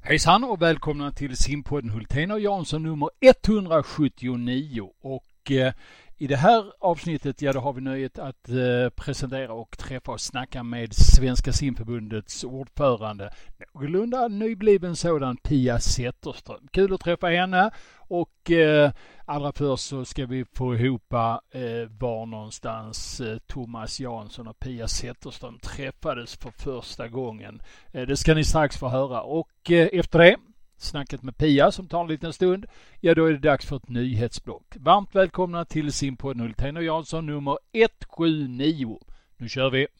Hejsan och välkomna till simpodden Hultén och Jansson nummer 179. Och i det här avsnittet då har vi nöjet att presentera och träffa och snacka med Svenska simförbundets ordförande, någorlunda nybliven sådan, Pia Zetterström. Kul att träffa henne och allra först så ska vi få ihop var någonstans Thomas Jansson och Pia Zetterström träffades för första gången. Det ska ni strax få höra och efter det snacket med Pia som tar en liten stund, då är det dags för ett nyhetsblock. Varmt välkomna till simpodden Hultén och Jansson nummer 179. Nu kör vi!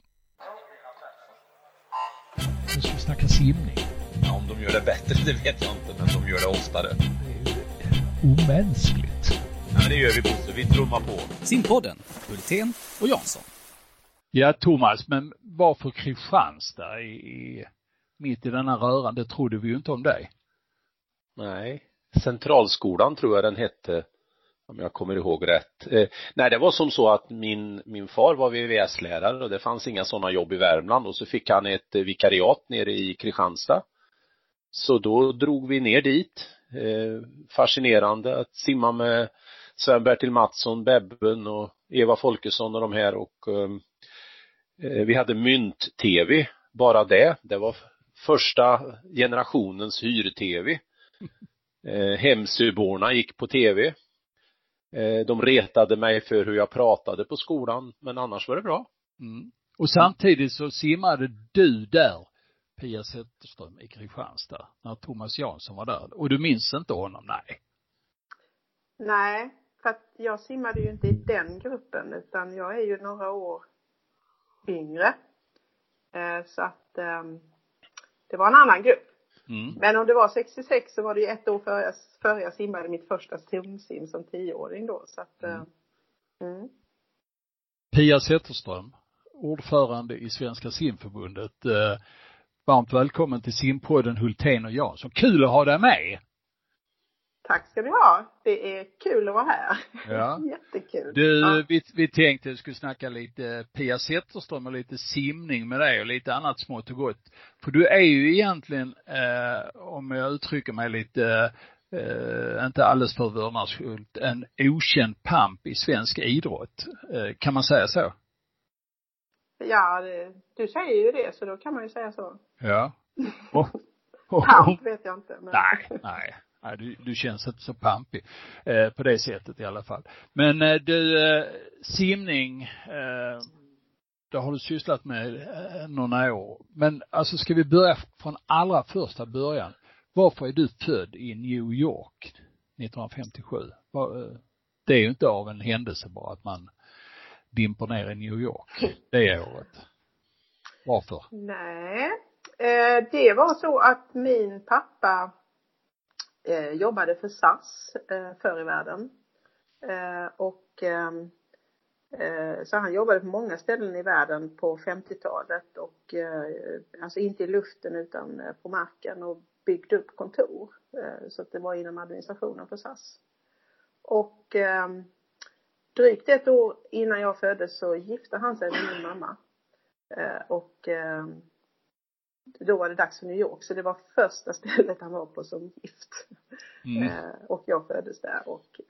Nu ska vi snacka simning. Ja, om de gör det bättre, det vet jag inte, men de gör det oftare. Det är ju omänskligt. Ja, men det gör vi, Bosse. Vi trummar på. Simpodden Hultén och Jansson. Ja, Thomas, men varför Kristianstad mitt i denna röran? Det trodde vi ju inte om dig. Nej, Centralskolan tror jag den hette, om jag kommer ihåg rätt. Nej, det var som så att min far var VVS-lärare och det fanns inga sådana jobb i Värmland, och så fick han ett vikariat nere i Kristianstad. Så då drog vi ner dit. Fascinerande att simma med Sven-Bertil Mattsson, Bebben och Eva Folkesson och de här, och vi hade mynt-tv, bara det var första generationens hyr-tv. Hemsöborna gick på tv. De retade mig för hur jag pratade på skolan, men annars var det bra. Mm. Och samtidigt så simmade du där, Pia Zetterström, i Kristianstad när Thomas Jansson var där. Och du minns inte honom? Nej, för att jag simmade ju inte i den gruppen, utan jag är ju några år yngre. Så att det var en annan grupp. Mm. Men om det var 66 så var det ju ett år före jag simmade mitt första simsim som 10-åring då. Så att, Pia Zetterström, ordförande i Svenska simförbundet. Varmt välkommen till simpodden Hultén och Jansson. Kul att ha dig med. Tack ska ni ha. Det är kul att vara här. Ja. Jättekul. Du, vi tänkte att vi skulle snacka lite Pia Zetterström och lite simning med dig och lite annat smått och gott. För du är ju egentligen, om jag uttrycker mig lite, inte alldeles för vördnadsfullt, en okänd pamp i svensk idrott. Kan man säga så? Ja, du säger ju det, så då kan man ju säga så. Ja. Pamp vet jag inte. Men... Nej. Nej, du känns inte så pampig på det sättet i alla fall. Men du, simning, det har du sysslat med några år. Men alltså, ska vi börja från allra första början. Varför är du född i New York 1957? Det är ju inte av en händelse bara att man dimper ner i New York det året. Varför? Nej, det var så att min pappa jobbade för SAS förr i världen. Så han jobbade på många ställen i världen på 50-talet. Och alltså inte i luften utan på marken, och byggde upp kontor. Så att det var inom administrationen för SAS. Och drygt ett år innan jag föddes så gifte han sig med min mamma. Då var det dags för New York. Så det var första stället han var på som gift. Och jag föddes där. Och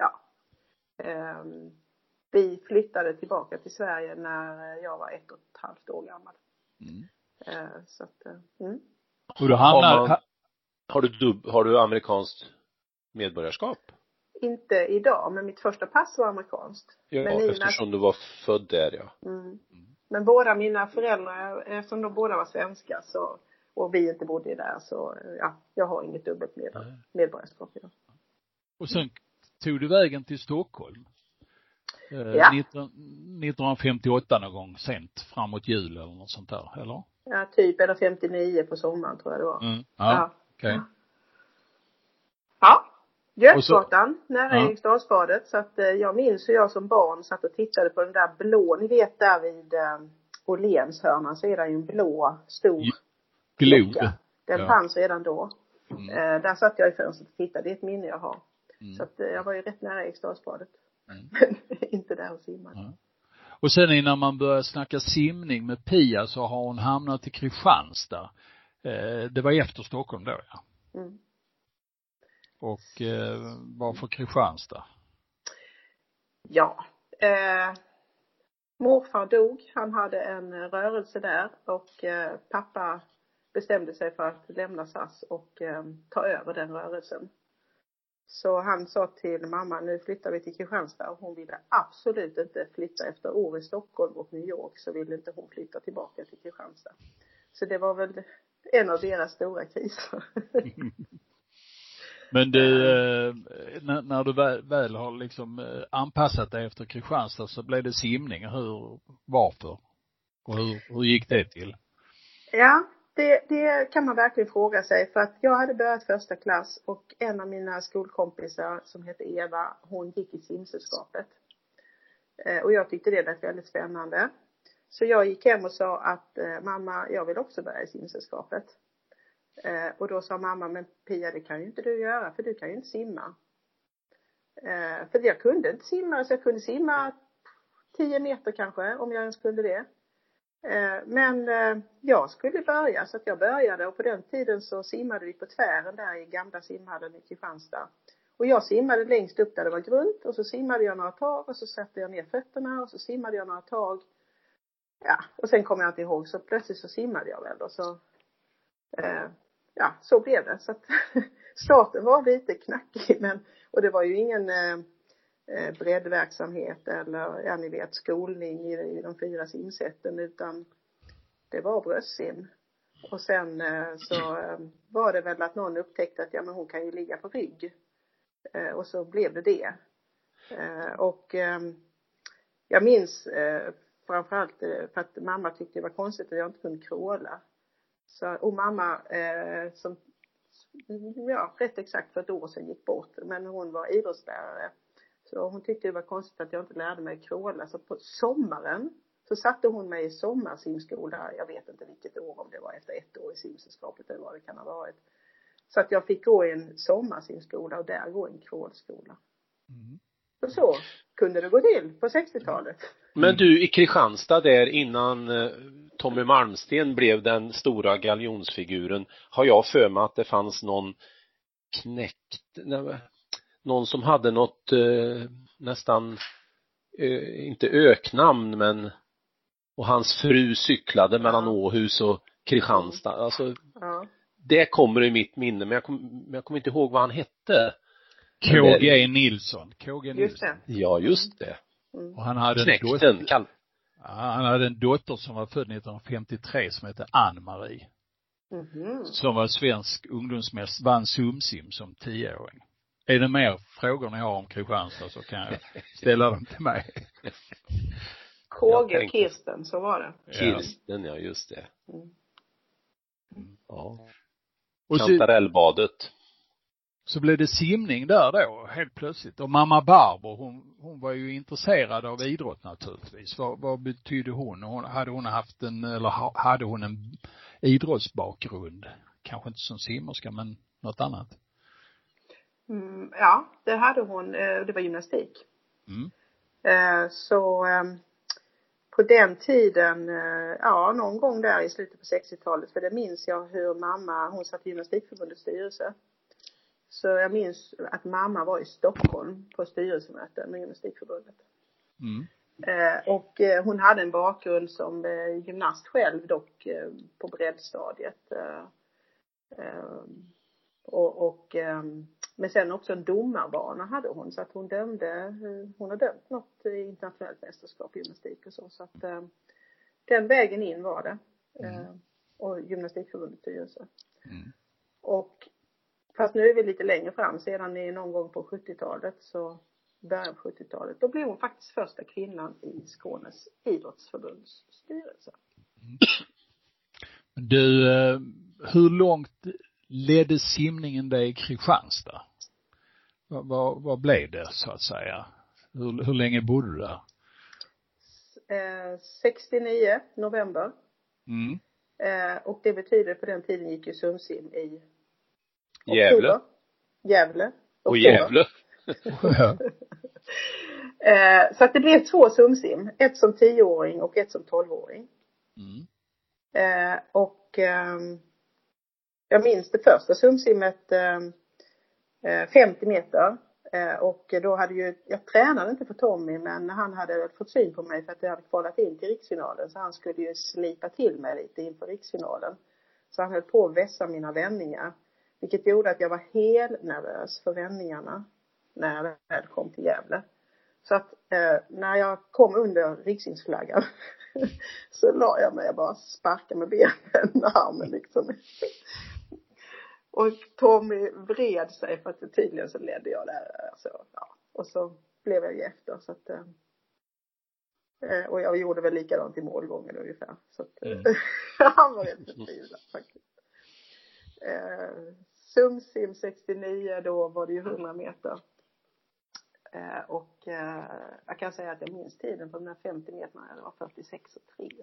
vi flyttade tillbaka till Sverige när jag var 1,5 år gammal. Så att, Och du har du amerikanskt medborgarskap? Inte idag, men mitt första pass var amerikanskt. Ja, men eftersom du var född där, ja. Men båda mina föräldrar, eftersom de båda var svenska och vi inte bodde där, så jag har inget dubbelt medborgarskap idag. Och sen tog du vägen till Stockholm. 1958 någon gång sent, framåt jul eller något sånt där, eller? Ja, typ, eller 59 på sommaren tror jag det var. Okej. Ja, Götgatan, nära Eriksdalsbadet. Så att jag minns hur jag som barn satt och tittade på den där blå, ni vet där vid Åhlénshörnan så är det ju en blå stor klocka. Den fanns redan då. Där satt jag i fönstret och tittade, det är ett minne jag har. Så att jag var ju rätt nära Eriksdalsbadet. Men inte där och simmade. Och sen innan man börjar snacka simning med Pia så har hon hamnat i Kristianstad. Det var efter Stockholm då, ja. Mm. Och varför Kristianstad? Ja, morfar dog. Han hade en rörelse där och pappa bestämde sig för att lämna SAS och ta över den rörelsen. Så han sa till mamma, nu flyttar vi till Kristianstad, och hon ville absolut inte flytta efter år i Stockholm och New York, så ville inte hon flytta tillbaka till Kristianstad. Så det var väl en av deras stora kriser. Men du, när du väl har liksom anpassat dig efter Kristianstad, så blev det simning. Varför? Och hur gick det till? Ja, det kan man verkligen fråga sig. För att jag hade börjat första klass och en av mina skolkompisar som heter Eva, hon gick i simsällskapet. Och jag tyckte det lät väldigt spännande. Så jag gick hem och sa att mamma, jag vill också börja i simsällskapet. Och då sa mamma, men Pia, det kan ju inte du göra, för du kan ju inte simma. För jag kunde inte simma, så jag kunde simma 10 meter kanske, om jag ens kunde det. Men jag skulle börja, så att jag började, och på den tiden så simmade vi på tvären där i gamla simhallen i Kristianstad. Och jag simmade längst upp där det var grunt, och så simmade jag några tag, och så satte jag ner fötterna, och så simmade jag några tag. Ja, och sen kom jag inte ihåg, så plötsligt så simmade jag väl, och så ja, så blev det. Så att starten var lite knackig, och det var ju ingen breddverksamhet eller, ja, ni vet, skolning i de 4 simsätten, utan det var bröstsim. Och sen så var det väl att någon upptäckte att, ja, men hon kan ju ligga på rygg. Och så blev det. Och jag minns framförallt för att mamma tyckte det var konstigt att jag inte kunde kråla. Så, och mamma som rätt exakt för ett år sedan gick bort, men hon var idrottslärare. Så hon tyckte det var konstigt att jag inte lärde mig kråla. Så på sommaren så satte hon mig i sommarsimskola. Jag vet inte vilket år, om det var efter 1 år i simsällskapet eller vad det kan ha varit. Så att jag fick gå i en sommarsimskola och där gå i en krålskola. Mm. Och så kunde det gå till på 60-talet. Men du, i Kristianstad där innan Tommy Malmsten blev den stora galjonsfiguren, har jag för mig att det fanns någon någon som hade något nästan inte öknamn, men och hans fru cyklade mellan Åhus och Kristianstad. Alltså det kommer i mitt minne, men jag kommer inte ihåg vad han hette. KG Nilsson. Just det. Ja, just det. Mm. Och han hade han hade en dotter som var född 1953 som hette Ann-Marie. Mm-hmm. Som var svensk ungdomsmästare, vann sumsim som 10-åring. Är det mer frågor ni har om Kristianstad, så kan jag ställa dem till mig. KG Kirsten, så var det. Kirsten, ja, just det. Mm. Ja. Och Kantarellbadet. Så blev det simning där då, helt plötsligt. Och mamma Barbro, hon var ju intresserad av idrott naturligtvis. Vad betydde hon? Hade hon en idrottsbakgrund? Kanske inte som simmerska, men något annat. Ja, det hade hon. Det var gymnastik. Mm. Så på den tiden, någon gång där i slutet på 60-talet, för det minns jag hur mamma, hon satt i gymnastikförbundets styrelse. Så jag minns att mamma var i Stockholm på styrelsemöten med gymnastikförbundet. Mm. Och hon hade en bakgrund som gymnast själv, dock på breddstadiet. Men sen också en domarbana hade hon, så att hon har dömt något internationellt mästerskap i gymnastik och så. Så att den vägen in var det. Och gymnastikförbundets styrelse. Mm. Och fast nu är vi lite längre fram, sedan någon gång på 70-talet, så början på 70-talet, då blev hon faktiskt första kvinnan i Skånes idrottsförbunds styrelse. Du, hur långt ledde simningen dig i Kristianstad? Vad blev det, så att säga? Hur länge bodde du där? 69 november. Mm. Och det betyder, på den tiden gick ju sumsim i Gävle. Och Gävle. Så att det blev 2 sumsim. Ett som 10-åring och ett som 12-åring. Mm. Jag minns det första simsimmet 50 meter. Och då hade jag tränade inte för Tommy, men han hade fått syn på mig för att jag hade kvalat in till riksfinalen. Så han skulle ju slipa till mig lite inför riksfinalen. Så han höll på att vässa mina vändningar. Vilket gjorde att jag var helt nervös för vändningarna när jag väl kom till Gävle. Så att när jag kom under riksflaggan så la jag mig och bara sparkade med benen med armen liksom. Och Tommy vred sig för att tydligen så ledde jag där. Så, ja. Och så blev jag ju efter. Så att, och jag gjorde väl likadant i målgången ungefär. Så att, han var helt förtvivlad faktiskt. Sumsim 69, då var det ju 100 meter. Och jag kan säga att jag minns tiden på de här 50 meterna. Det var 46,3.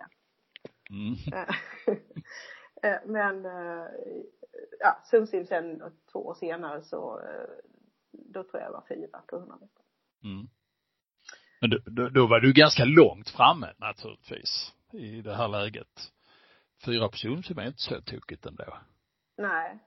Men ja, Sumsim sen 2 år senare så då tror jag var 4 på 100 meter. Men då var du ganska långt framme naturligtvis i det här läget. 4 på Sumsim är inte så tokigt ändå. Nej.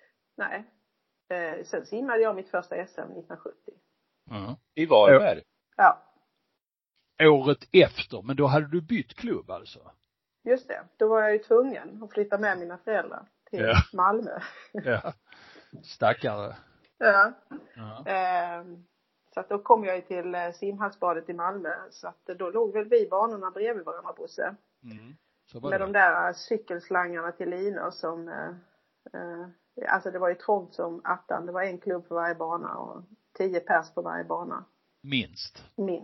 Sen simmade jag mitt första SM 1970. I Varberg? Ja. Året efter, men då hade du bytt klubb alltså? Just det, då var jag ju tvungen att flytta med mina föräldrar till Malmö. Ja, stackare. Ja. Så att då kom jag ju till simhallsbadet i Malmö. Så att då låg väl vi banorna bredvid varandra, Bosse. Med de där cykelslangarna till linor som alltså det var ju trångt som attan. Det var en klubb på varje bana och 10 pers på varje bana. Minst.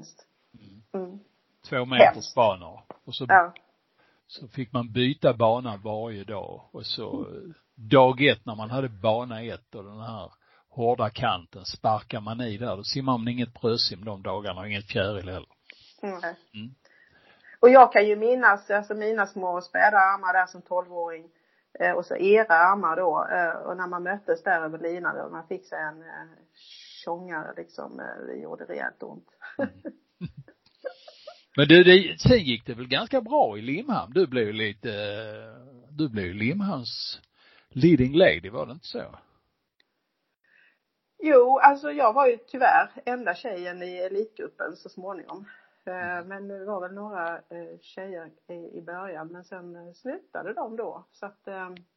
2 meters banor. Och så fick man byta bana varje dag. Och så dag 1 när man hade bana 1 och den här hårda kanten sparkar man i där. Då simmar man inget brösim de dagarna och inget fjäril heller. Och jag kan ju minnas alltså mina små späda armar där som 12-åring. Och så era armar då. Och när man möttes där över linan och man fick sig en tjongare liksom. Det gjorde rejält ont. Men sen gick det väl ganska bra i Limhamn. Du blev ju Limhamns leading lady, var det inte så? Jo, alltså jag var ju tyvärr enda tjejen i elitgruppen så småningom. Men det var väl några tjejer i början. Men sen slutade de då. Så att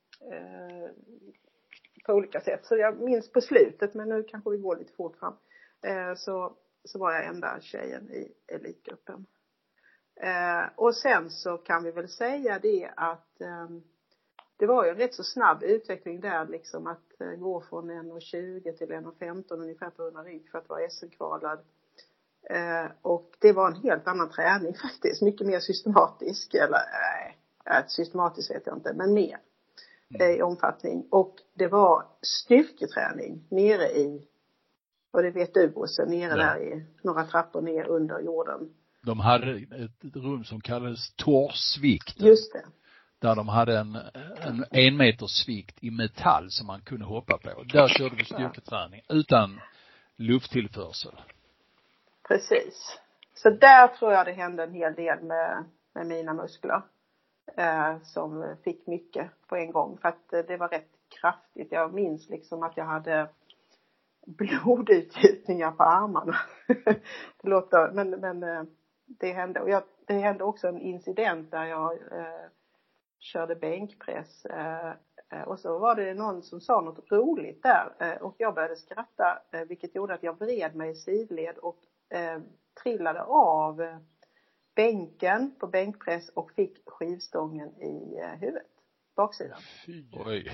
på olika sätt. Så jag minns på slutet, men nu kanske vi går lite fort fram. Så var jag enda tjejen i elitgruppen. Och sen så kan vi väl säga det att det var ju en rätt så snabb utveckling där liksom att gå från 1,20 till 1,15 ungefär på 100 rygg för att vara SM-kvalad. Och det var en helt annan träning faktiskt. Mycket mer systematisk. Eller systematiskt vet jag inte, men mer i omfattning. Och det var styrketräning nere i, och det vet du Bosse, nere där i några trappor ner under jorden. De hade ett rum som kallades Torsvikt. Just det. Där de hade en 1 meters svikt i metall som man kunde hoppa på. Där körde vi styrketräning utan lufttillförsel. Precis. Så där tror jag det hände en hel del med mina muskler. Som fick mycket på en gång. För att det var rätt kraftigt. Jag minns liksom att jag hade blodutgjutningar på armarna. Det låter, men det hände. Och det hände också en incident där jag körde bänkpress. Och så var det någon som sa något roligt där. Och jag började skratta. Vilket gjorde att jag vred mig i sidled och trillade av bänken på bänkpress och fick skivstången i huvudet. Baksidan. Oj.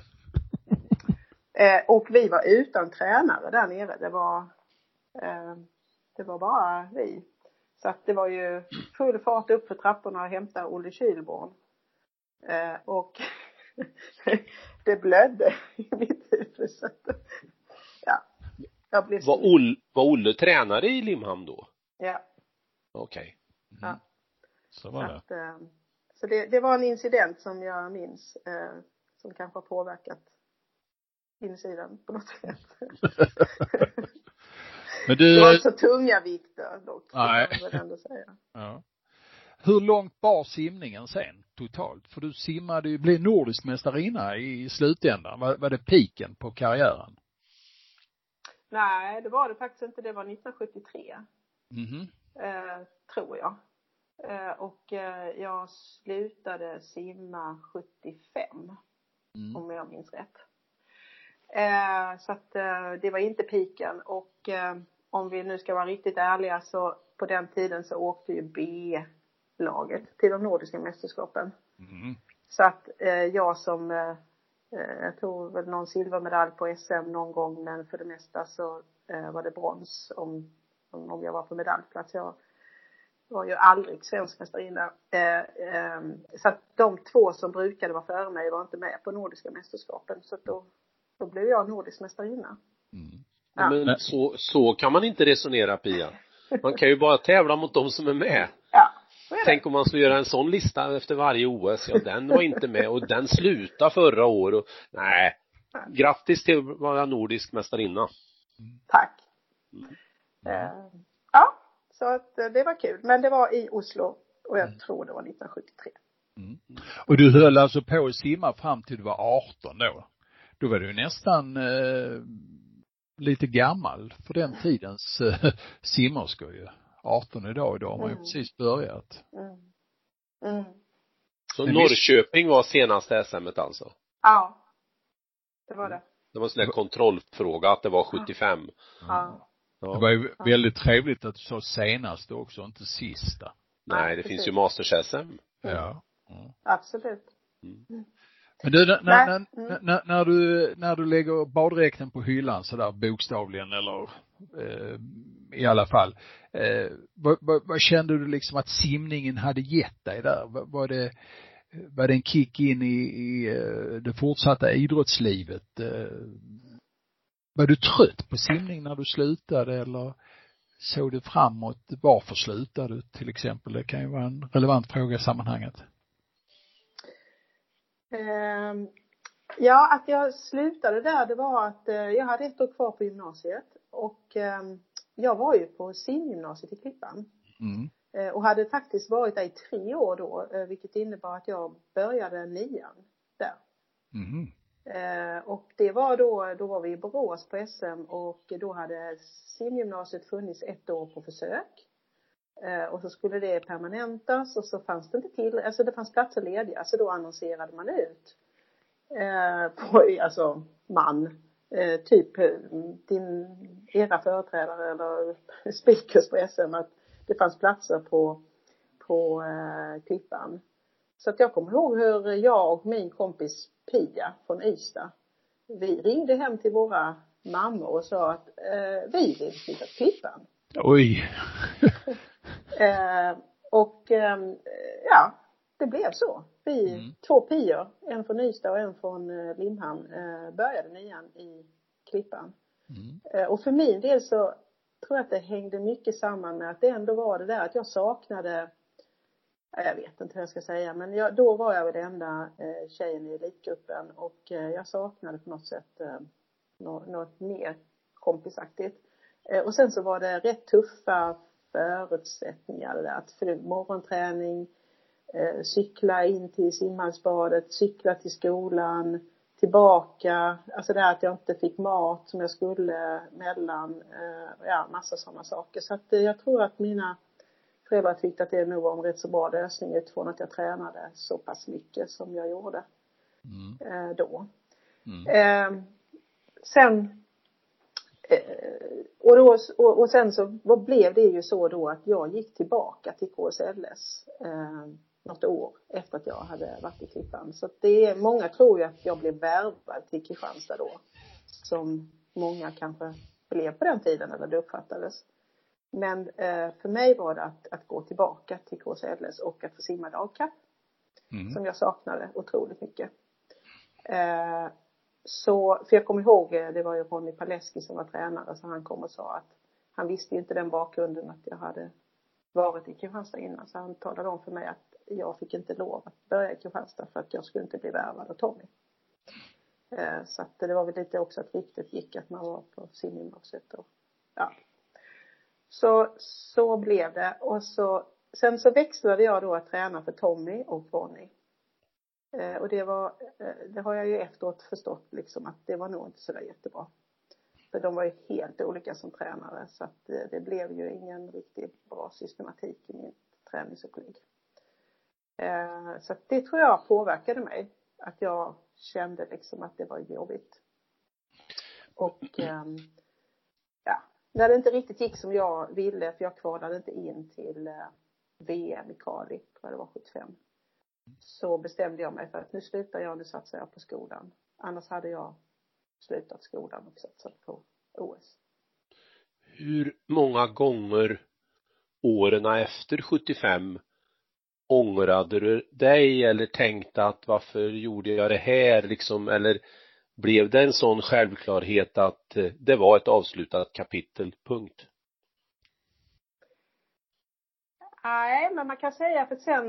Och vi var utan tränare där nere. Det var bara vi. Så att det var ju full fart upp för trapporna och hämta Olle Kylborn. Och det blödde i mitt huvud. Så att, ja. Jag blev var Olle tränare i Limhamn då? Ja. Okej. Ja. Så var det. Så det var en incident som jag minns. Som kanske har påverkat insidan på något sätt. Men det var inte så tunga vikter dock. Nej. Kan man ändå säga. Ja. Hur långt bar simningen sen totalt? För du simmade ju, blev nordisk mästarinna i slutändan. Var det piken på karriären? Nej, det var det faktiskt inte. Det var 1973. Tror jag. Och jag slutade simma 75. Om jag minns rätt. Så att det var inte piken. Och om vi nu ska vara riktigt ärliga, så på den tiden så åkte ju B-laget till de nordiska mästerskapen. Så att jag som jag tror väl någon silvermedalj på SM någon gång, men för det mesta så var det brons om jag var på medaljplats. Jag var ju aldrig svensk mästarinna. Så att de två som brukade vara före mig var inte med på nordiska mästerskapen. Så då blev jag nordisk mästarinna. Ja. Men så kan man inte resonera, Pia. Man kan ju bara tävla mot de som är med. Ja. Tänk om man skulle göra en sån lista efter varje OS. Ja, den var inte med och den slutade förra året. Nej, grattis till att vara nordisk mästarinna. Tack. Ja, så att det var kul. Men det var i Oslo och jag tror det var 1973. Och du höll alltså på att simma fram till du var 18 då? Då var du nästan lite gammal för den tidens simmerskor ju. 18 idag har man ju precis börjat. Så Norrköping var senaste SM:et alltså? Ja, det var det. Det var en sån där kontrollfråga att det var 75. Ja. Det var ju väldigt trevligt att du sa senast också, inte sista. Nej, det finns ju Masters-SM. Ja. Absolut. Men du, när du lägger baddräkten på hyllan så där bokstavligen eller i alla fall, vad kände du liksom att simningen hade gett dig där? Var det en kick in i det fortsatta idrottslivet? Var du trött på simning när du slutade eller såg du framåt? Varför slutade du till exempel? Det kan ju vara en relevant fråga i sammanhanget. Ja, att jag slutade där, det var att jag hade 1 år kvar på gymnasiet och jag var ju på simgymnasiet i Klippan och hade faktiskt varit där i 3 år då, vilket innebar att jag började 9:an där. Och det var då var vi i Borås på SM och då hade simgymnasiet funnits 1 år på försök. Och så skulle det permanentas och så fanns det inte alltså det fanns platser lediga, så då annonserade man ut på typ era företrädare eller speakers på SM att det fanns platser på Klippan. Så att jag kommer ihåg hur jag och min kompis Pia från Ystad, vi ringde hem till våra mammor och sa att vi vill flytta till Klippan. Oj. Ja, det blev så. Vi 2 pior, en från Ystad och en från Limhamn, började 9:an i Klippan. Och för min del så tror jag att det hängde mycket samman med att det ändå var det där att jag saknade, jag vet inte hur jag ska säga, men då var jag väl den enda tjejen i elitgruppen och jag saknade på något sätt något mer kompisaktigt. Och sen så var det rätt tuffa förutsättningar det där, att för morgonträning, cykla in till simhallsbadet, cykla till skolan, tillbaka, alltså det att jag inte fick mat som jag skulle mellan, massa sådana saker. Så att jag tror att mina föräldrar tyckte att det nog var en rätt så bra lösning utifrån att jag tränade så pass mycket som jag gjorde då. Sen och sen så blev det ju så då att jag gick tillbaka till KSLS något år efter att jag hade varit i Klippan. Så att många tror ju att jag blev värvad till Kristianstad då, som många kanske blev på den tiden eller det uppfattades. Men för mig var det att gå tillbaka till KSLS och att få simma dagkapp som jag saknade otroligt mycket. Så, för jag kommer ihåg, det var ju Ronny Paleski som var tränare, så han kom och sa att han visste inte den bakgrunden att jag hade varit i Kristianstad innan. Så han talade om för mig att jag fick inte lov att börja i Kristianstad för att jag skulle inte bli värvad av Tommy. Så att det var väl lite också att riktigt gick att man var på simgymnasiet och ja. Så blev det. Och så sen så växlade jag då att träna för Tommy och Bonnie. Och det har jag ju efteråt förstått liksom att det var nog inte så där jättebra. För de var ju helt olika som tränare, så att det blev ju ingen riktigt bra systematik i min träningsupplägg. Så att det tror jag påverkade mig. Att jag kände liksom att det var jobbigt. Och ja, när det inte riktigt gick som jag ville, för jag kvalade inte in till VM i Kali, tror jag det var 75. Så bestämde jag mig för att nu slutar jag, nu satsar jag på skolan. Annars hade jag slutat skolan och satsat på OS. Hur många gånger åren efter 75 ångrade du dig eller tänkte att varför gjorde jag det här liksom, eller blev det en sån självklarhet att det var ett avslutat kapitel, punkt? Nej, men man kan säga för sen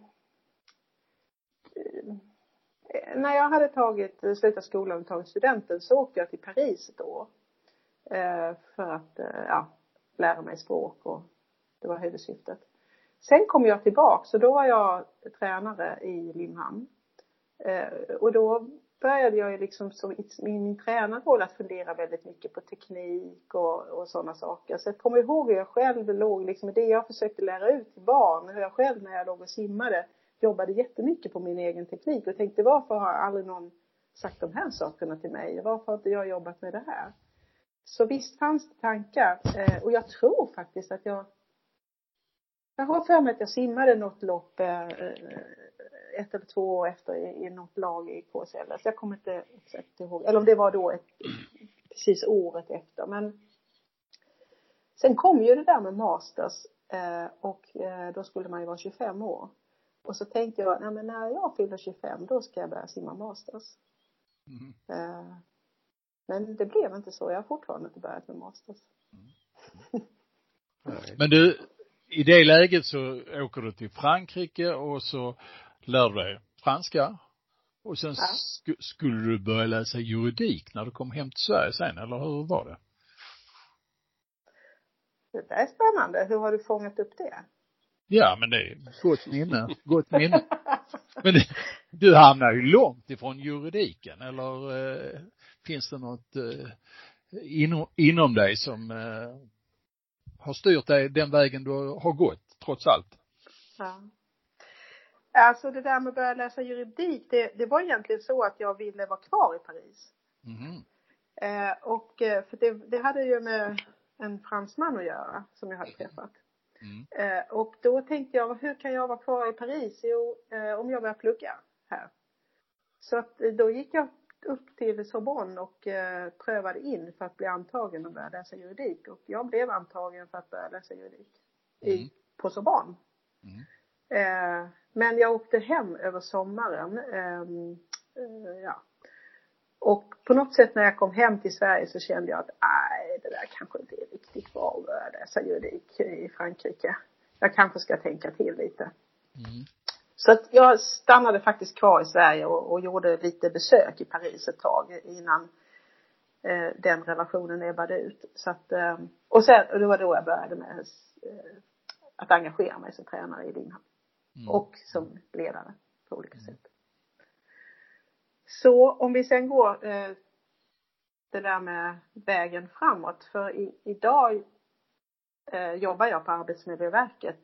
när jag hade slutat skolan och tagit studenten så åkte jag till Paris ett år. För att lära mig språk, och det var huvudsyftet. Sen kom jag tillbaka, så då var jag tränare i Limhamn. Och då började jag ju liksom i min tränarroll att fundera väldigt mycket på teknik och sådana saker. Så jag kommer ihåg hur jag själv låg liksom i det jag försökte lära ut till barn. Hur jag själv när jag låg och simmade jobbade jättemycket på min egen teknik. Och tänkte, varför har aldrig någon sagt de här sakerna till mig? Varför har inte jag jobbat med det här? Så visst fanns det tankar. Och jag tror faktiskt att jag har för mig att jag simmade något lopp 1 eller 2 år efter i något lag i KSL. Så jag kommer inte exakt ihåg. Eller om det var då precis året efter. Men sen kom ju det där med masters. Och då skulle man ju vara 25 år. Och så tänkte jag, nej men när jag fyller 25 då ska jag börja simma masters. Men det blev inte så. Jag har fortfarande inte börjat med masters. Men du, i det läget så åker du till Frankrike och så lär du dig franska. Och sen skulle du börja läsa juridik när du kom hem till Sverige sen, eller hur var det? Det där är spännande. Hur har du fångat upp det? Ja, men det är gott minne. Men du hamnar ju långt ifrån juridiken, eller finns det något inom dig som har styrt dig den vägen du har gått, trots allt? Ja. Alltså det där med att börja läsa juridik, det var egentligen så att jag ville vara kvar i Paris. Och för det hade ju med en fransman att göra som jag hade träffat. Och då tänkte jag, hur kan jag vara kvar i Paris? Jo, om jag börjar plugga här. Så att då gick jag upp till Sorbonne och prövade in för att bli antagen och börja läsa juridik. Och jag blev antagen för att börja läsa juridik på Sorbonne. Men jag åkte hem över sommaren. Och på något sätt när jag kom hem till Sverige så kände jag att det där kanske inte är riktigt bra att börja läsa juridik i Frankrike. Jag kanske ska tänka till lite. Så att jag stannade faktiskt kvar i Sverige och gjorde lite besök i Paris ett tag innan den relationen ebbade ut. Så att, och det var då jag började med att engagera mig som tränare i Limhamn. Och som ledare på olika sätt. Så om vi sen går det där med vägen framåt. För idag jobbar jag på Arbetsmiljöverket.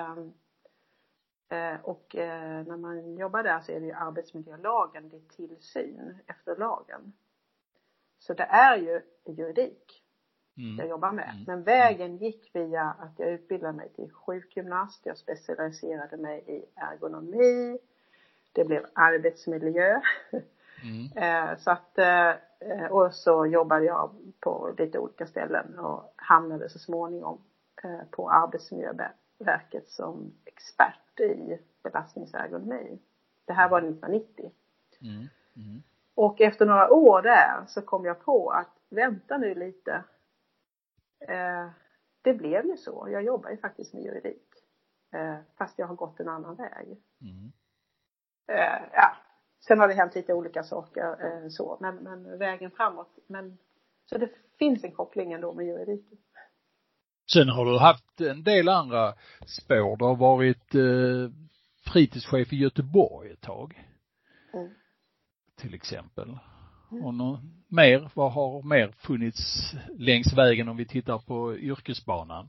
Och när man jobbar där så är det ju arbetsmiljölagen, det är tillsyn efter lagen. Så det är ju juridik jag jobbar med. Men vägen gick via att jag utbildade mig till sjukgymnast. Jag specialiserade mig i ergonomi. Det blev arbetsmiljö. Så att, och så jobbade jag på lite olika ställen och hamnade så småningom på Arbetsmiljöverket som expert i belastningsergonomi. Det här var 1990. Och efter några år där så kom jag på att vänta nu lite. Det blev ju så. Jag jobbar ju faktiskt med juridik. Fast jag har gått en annan väg. Sen har det hänt lite olika saker så. Men vägen framåt. Så det finns en koppling ändå med juridiken. Sen har du haft en del andra spår. Du har varit fritidschef i Göteborg ett tag. Till exempel. Och vad har mer funnits längs vägen om vi tittar på yrkesbanan?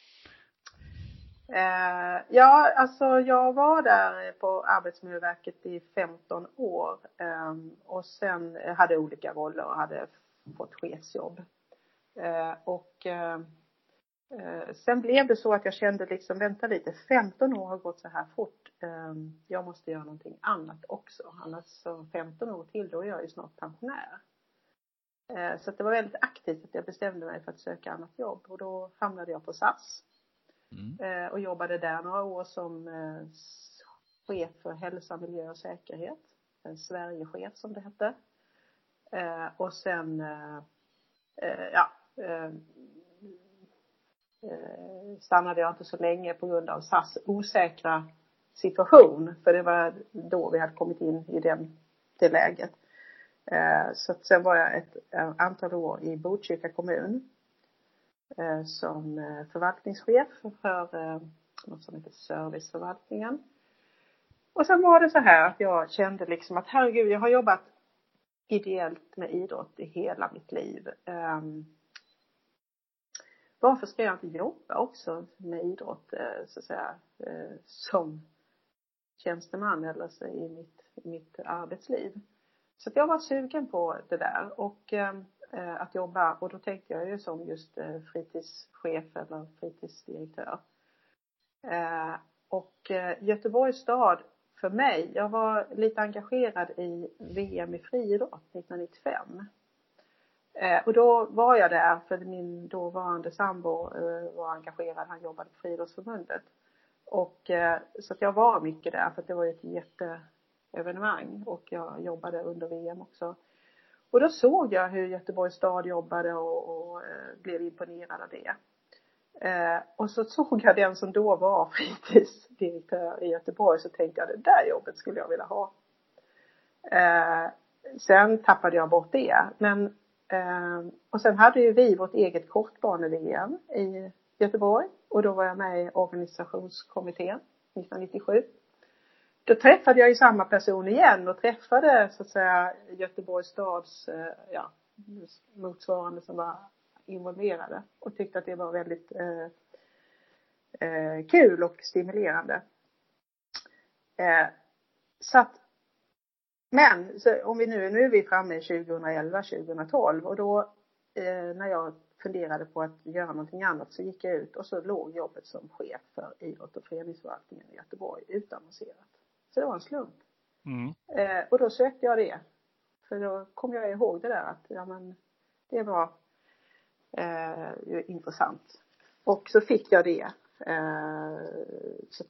Ja, alltså jag var där på Arbetsmiljöverket i 15 år och sen hade olika roller och hade fått chefsjobb. Sen blev det så att jag kände liksom, vänta lite, 15 år har gått så här fort. Jag måste göra någonting annat också. Annars så 15 år till, då är jag ju snart pensionär. Så att det var väldigt aktivt att jag bestämde mig för att söka annat jobb. Och då hamnade jag på SAS. Och jobbade där några år som chef för hälsa, miljö och säkerhet. En Sverigechef som det hette. Och sen stannade jag inte så länge på grund av SAS osäkra situation. För det var då vi hade kommit in i det läget. Så att sen var jag ett antal år i Botkyrka kommun. Som förvaltningschef för något som heter serviceförvaltningen. Och sen var det så här att jag kände liksom att herregud, jag har jobbat ideellt med idrott i hela mitt liv. Varför ska jag inte jobba också med idrott så att säga, som tjänsteman eller så i mitt arbetsliv. Så att jag var sugen på det där och att jobba, och då tänkte jag ju som just fritidschef eller fritidsdirektör. Och Göteborgs stad för mig, jag var lite engagerad i VM i friidrott 1995. Och då var jag där för min dåvarande sambo var engagerad, han jobbade på Friidrottsförbundet. Och så att jag var mycket där för att det var ett jätteevenemang och jag jobbade under VM också. Och då såg jag hur Göteborgs stad jobbade och blev imponerad av det. Och så såg jag den som då var fritidsdirektör i Göteborg, så tänkte jag det där jobbet skulle jag vilja ha. Sen tappade jag bort det. Men, och sen hade ju vi vårt eget kortbane-VM i Göteborg. Och då var jag med i organisationskommittén 1997. Då träffade jag ju samma person igen och träffade så att säga Göteborgs stads motsvarande som var involverade. Och tyckte att det var väldigt kul och stimulerande. Så att, men så om vi nu är vi framme i 2011-2012 och då när jag funderade på att göra någonting annat så gick jag ut och så låg jobbet som chef för idrott- och föreningsförvaltningen i Göteborg utannonserat. Så det var en slump. Och då sökte jag det. För då kom jag ihåg det där att ja, men det var intressant. Och så fick jag det. Så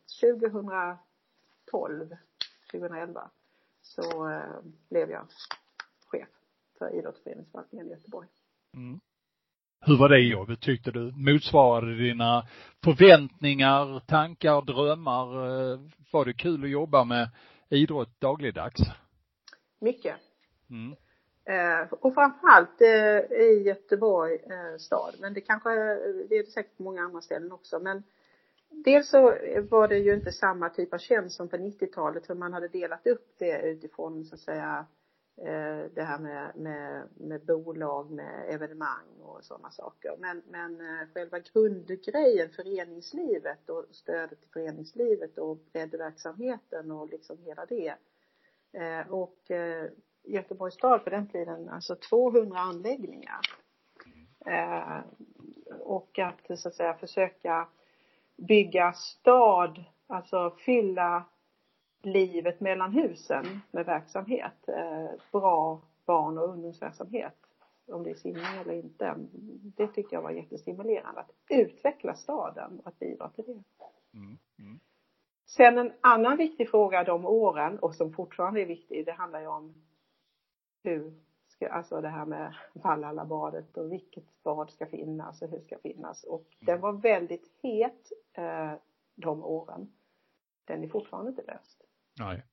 2011 så blev jag chef för idrott- och föreningsförvaltningen i Göteborg. Hur var det jobbet, tyckte du? Motsvarade dina förväntningar, tankar, drömmar? Var det kul att jobba med idrott dagligdags? Mycket. Och framförallt i Göteborg stad. Men det är säkert på många andra ställen också. Men dels så var det ju inte samma typ av tjänst som på 90-talet. För man hade delat upp det utifrån så att säga det här med bolag, med evenemang och sådana saker. Men själva grundgrejen, föreningslivet och stödet till föreningslivet och breddverksamheten och liksom hela det. Och Göteborgs stad på den tiden, alltså 200 anläggningar. Och att så att säga försöka bygga stad, alltså fylla livet mellan husen med verksamhet. Bra barn- och ungdomsverksamhet. Om det är simning eller inte. Det tyckte jag var jättestimulerande. Att utveckla staden och att bidra till det. Sen en annan viktig fråga de åren, och som fortfarande är viktig, det handlar ju om alltså det här med Valhallabadet och vilket bad ska finnas och hur ska finnas. Och den var väldigt het de åren. Den är fortfarande inte löst. Nej.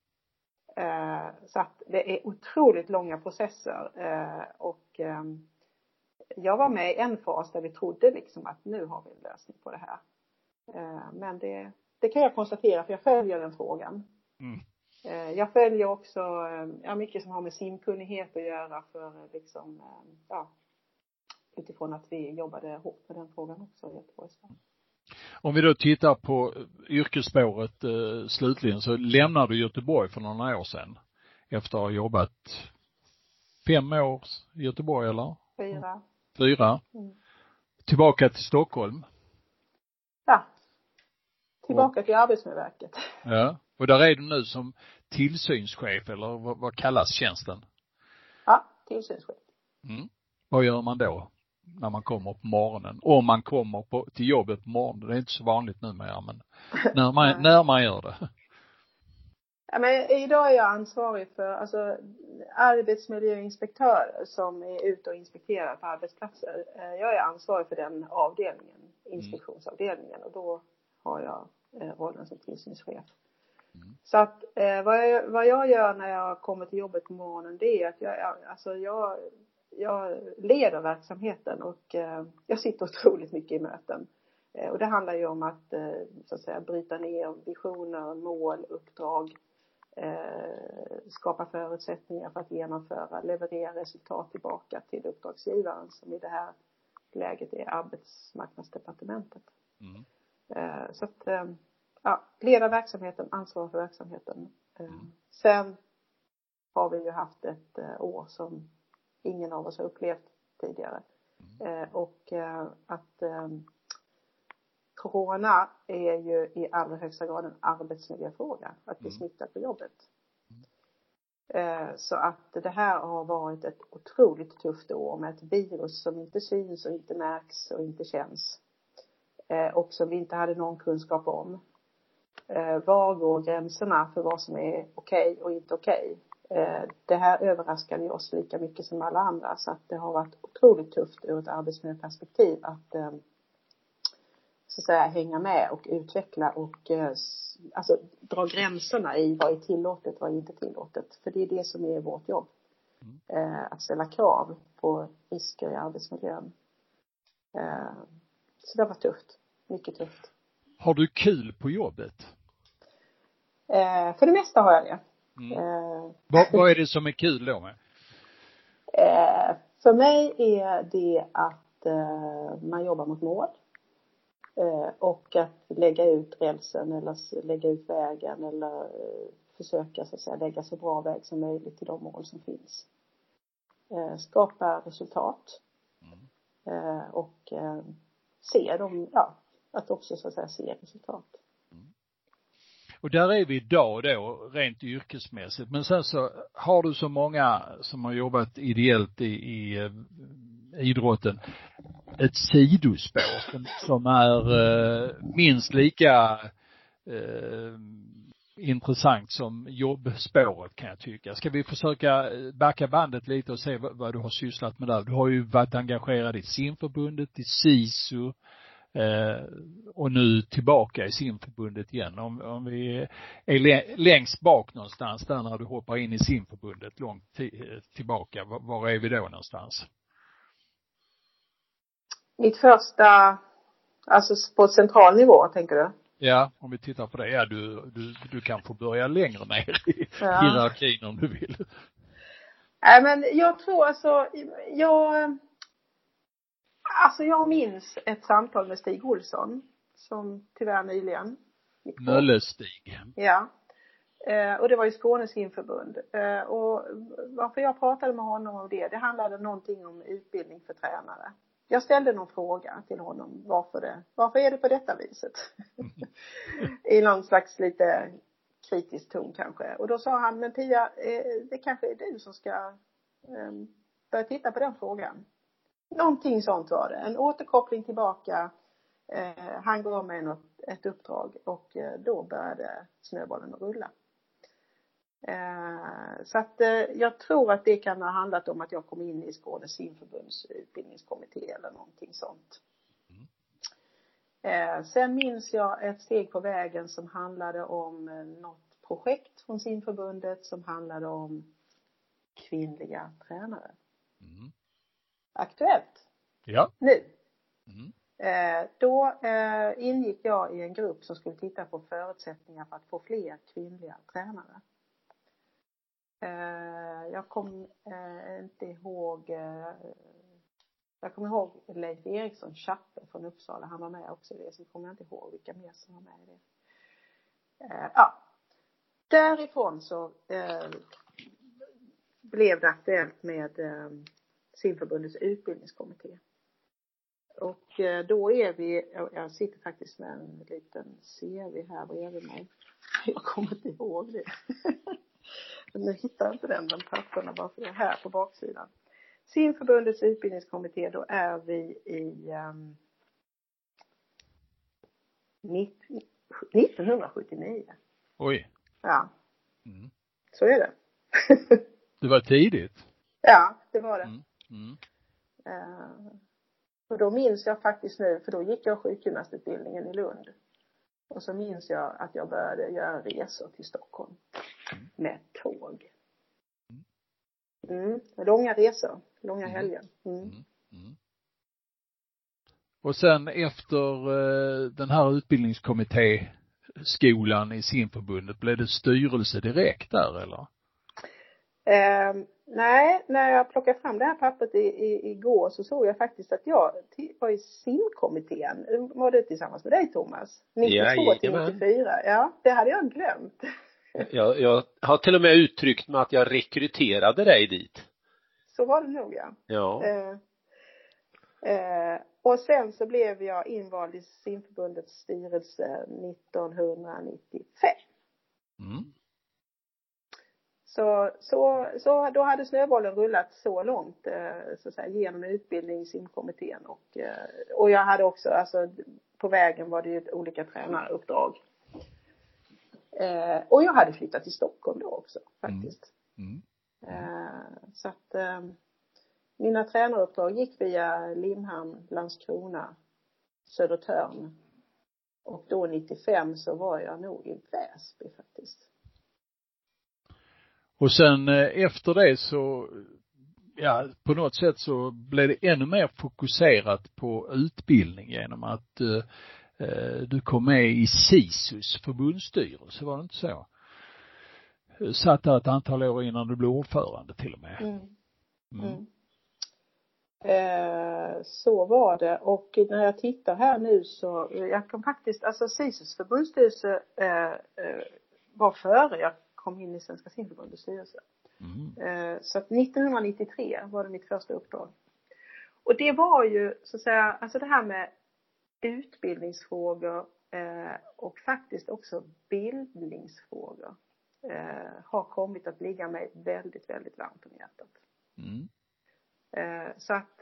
Så att det är otroligt långa processer och jag var med i en fas där vi trodde liksom att nu har vi en lösning på det här. Men det kan jag konstatera, för jag följer den frågan. Jag följer också mycket som har med simkunnighet att göra, för liksom, utifrån att vi jobbade hårt med den frågan också i Göteborg. Om vi då tittar på yrkesspåret slutligen, så lämnade du Göteborg för några år sedan efter att ha jobbat 5 år i Göteborg, eller? 4. Tillbaka till Stockholm. Ja. Tillbaka till Arbetsmiljöverket. Ja. Och där är du nu som tillsynschef, eller vad kallas tjänsten? Ja, tillsynschef. Vad gör man då när man kommer på morgonen? Om man kommer till jobbet på morgonen. Det är inte så vanligt numera, men när man gör det. Ja, men idag är jag ansvarig för arbetsmiljöinspektörer som är ute och inspekterar på arbetsplatser. Jag är ansvarig för den avdelningen, inspektionsavdelningen, och då har jag rollen som tillsynschef. Så att vad jag gör när jag kommer till jobbet på morgonen, det är att jag leder verksamheten, och jag sitter otroligt mycket i möten. Och det handlar ju om att så att säga bryta ner visioner, mål, uppdrag, skapa förutsättningar för att genomföra, leverera resultat tillbaka till uppdragsgivaren, som i det här läget är Arbetsmarknadsdepartementet. Så att leda verksamheten, ansvara för verksamheten. Sen har vi ju haft ett år som ingen av oss har upplevt tidigare. Och att corona är ju i allra högsta grad en arbetsmiljöfråga. Att bli smittad på jobbet. Så att det här har varit ett otroligt tufft år med ett virus som inte syns och inte märks och inte känns. Och som vi inte hade någon kunskap om. Var går gränserna för vad som är okej och inte okej? Det här överraskade oss lika mycket som alla andra. Så att det har varit otroligt tufft ur ett arbetsmiljöperspektiv att så att säga hänga med och utveckla och dra gränserna i vad är tillåtet, vad är inte tillåtet. För det är det som är vårt jobb. Att ställa krav på risker i arbetsmiljön. Så det var tufft. Mycket tufft. Har du kul på jobbet? För det mesta har jag det. Vad är det som är kul då med? För mig är det att man jobbar mot mål. Och att lägga ut rälsen eller lägga ut vägen eller försöka så att säga lägga så bra väg som möjligt till de mål som finns. Skapa resultat. Och se dem, att också så att säga se resultat. Och där är vi idag då, rent yrkesmässigt. Men sen så har du så många som har jobbat ideellt i idrotten. Ett sidospår som är minst lika intressant som jobbspåret, kan jag tycka. Ska vi försöka backa bandet lite och se vad du har sysslat med där? Du har ju varit engagerad i simförbundet, i SISU, och nu tillbaka i simförbundet igen. Om vi är längst bak någonstans där när du hoppar in i simförbundet långt tillbaka, var är vi då någonstans? Mitt första, alltså på central nivå, tänker du? Ja, om vi tittar på det. Ja, du kan få börja längre ner i hierarkin om du vill. Nej, men jag tror jag minns ett samtal med Stig Olsson som tyvärr nyligen gick på. Möllestig. Ja. Och det var ju Skånes simförbund. Och varför jag pratade med honom om det handlade någonting om utbildning för tränare. Jag ställde någon fråga till honom. Varför är det på detta viset? I någon slags lite kritisk ton kanske. Och då sa han, men Pia, det kanske är du som ska börja titta på den frågan. Någonting sånt var det. En återkoppling tillbaka. Han gav mig ett uppdrag. Och då började snöbollen att rulla. Så att jag tror att det kan ha handlat om att jag kom in i Skånes simförbunds utbildningskommitté eller någonting sånt. Sen minns jag ett steg på vägen som handlade om något projekt från simförbundet som handlade om kvinnliga tränare. Aktuellt. Ja. Nu. Mm. Då ingick jag i en grupp som skulle titta på förutsättningar för att få fler kvinnliga tränare. Jag kommer inte ihåg, jag kommer ihåg Leif Eriksson Chappe från Uppsala, han var med också i det, så kommer jag inte ihåg vilka mer som var med i det. Därifrån så blev det aktuellt med Simförbundets utbildningskommitté. Och då är vi, jag sitter faktiskt med en liten CV här bredvid mig. Jag kommer inte ihåg det. Men jag hittar inte den papperna bara för det här på baksidan. Simförbundets utbildningskommitté, då är vi i 1979. Oj. Ja. Mm. Så är det. Det var tidigt. Ja, det var det. Mm. Mm. Och då minns jag faktiskt nu, för då gick jag sjukgymnastutbildningen i Lund. Och så minns jag att jag började göra resor till Stockholm med tåg. Långa resor, långa helger. Och sen efter den här utbildningskommittéskolan i Simförbundet, blev det styrelse direkt där eller? Nej, när jag plockade fram det här pappret igår så såg jag faktiskt att jag var i simkommittén. Var det tillsammans med dig, Thomas? 92-94. Ja, det hade jag glömt. Jag har till och med uttryckt mig att jag rekryterade dig dit. Så var det nog, ja. Ja. Och sen så blev jag invald i Simförbundets styrelse 1995. Så då hade snöbollen rullat så långt så att säga, genom utbildning i simkommittén och jag hade också, alltså på vägen var det ju olika tränaruppdrag. Och jag hade flyttat till Stockholm då också faktiskt. Så att mina tränaruppdrag gick via Limhamn, Landskrona, Södertörn. Och då 95 så var jag nog i Väsby faktiskt. Och sen efter det så, ja, på något sätt så blev det ännu mer fokuserat på utbildning genom att du kom med i SISUs förbundsstyrelse, var det inte så? Satt där ett antal år innan du blev ordförande till och med. Så var det, och när jag tittar här nu så jag kan faktiskt, alltså SISUs förbundsstyrelse var före jag kom in i Svenska simförbundets styrelse. Så att 1993 var det mitt första uppdrag. Och det var ju så att säga, alltså det här med utbildningsfrågor och faktiskt också bildningsfrågor har kommit att ligga mig väldigt, väldigt varmt om hjärtat. Så att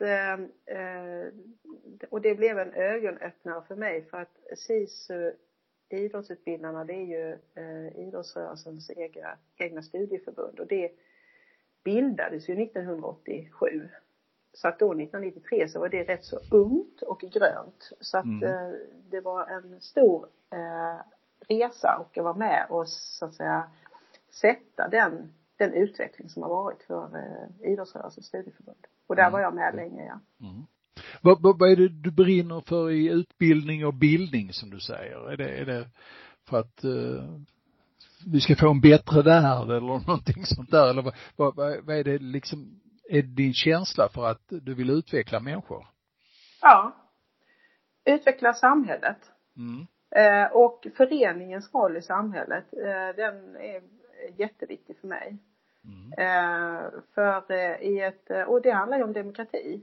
och det blev en ögonöppnare för mig, för att SISU idrottsutbildarna, det är ju idrottsrörelsens egna studieförbund, och det bildades ju 1987. Så att då 1993 så var det rätt så ungt och grönt. Så att det var en stor resa, och jag var med och så att säga sätta den utveckling som har varit för idrottsrörelsens studieförbund. Och där var jag med länge, ja. Vad är det du brinner för i utbildning och bildning, som du säger? Är det för att vi ska få en bättre värld eller någonting sånt där? Eller vad är det liksom, är det din känsla för att du vill utveckla människor? Ja, utveckla samhället. Och föreningens roll i samhället, den är jätteviktig för mig. För och det handlar ju om demokrati.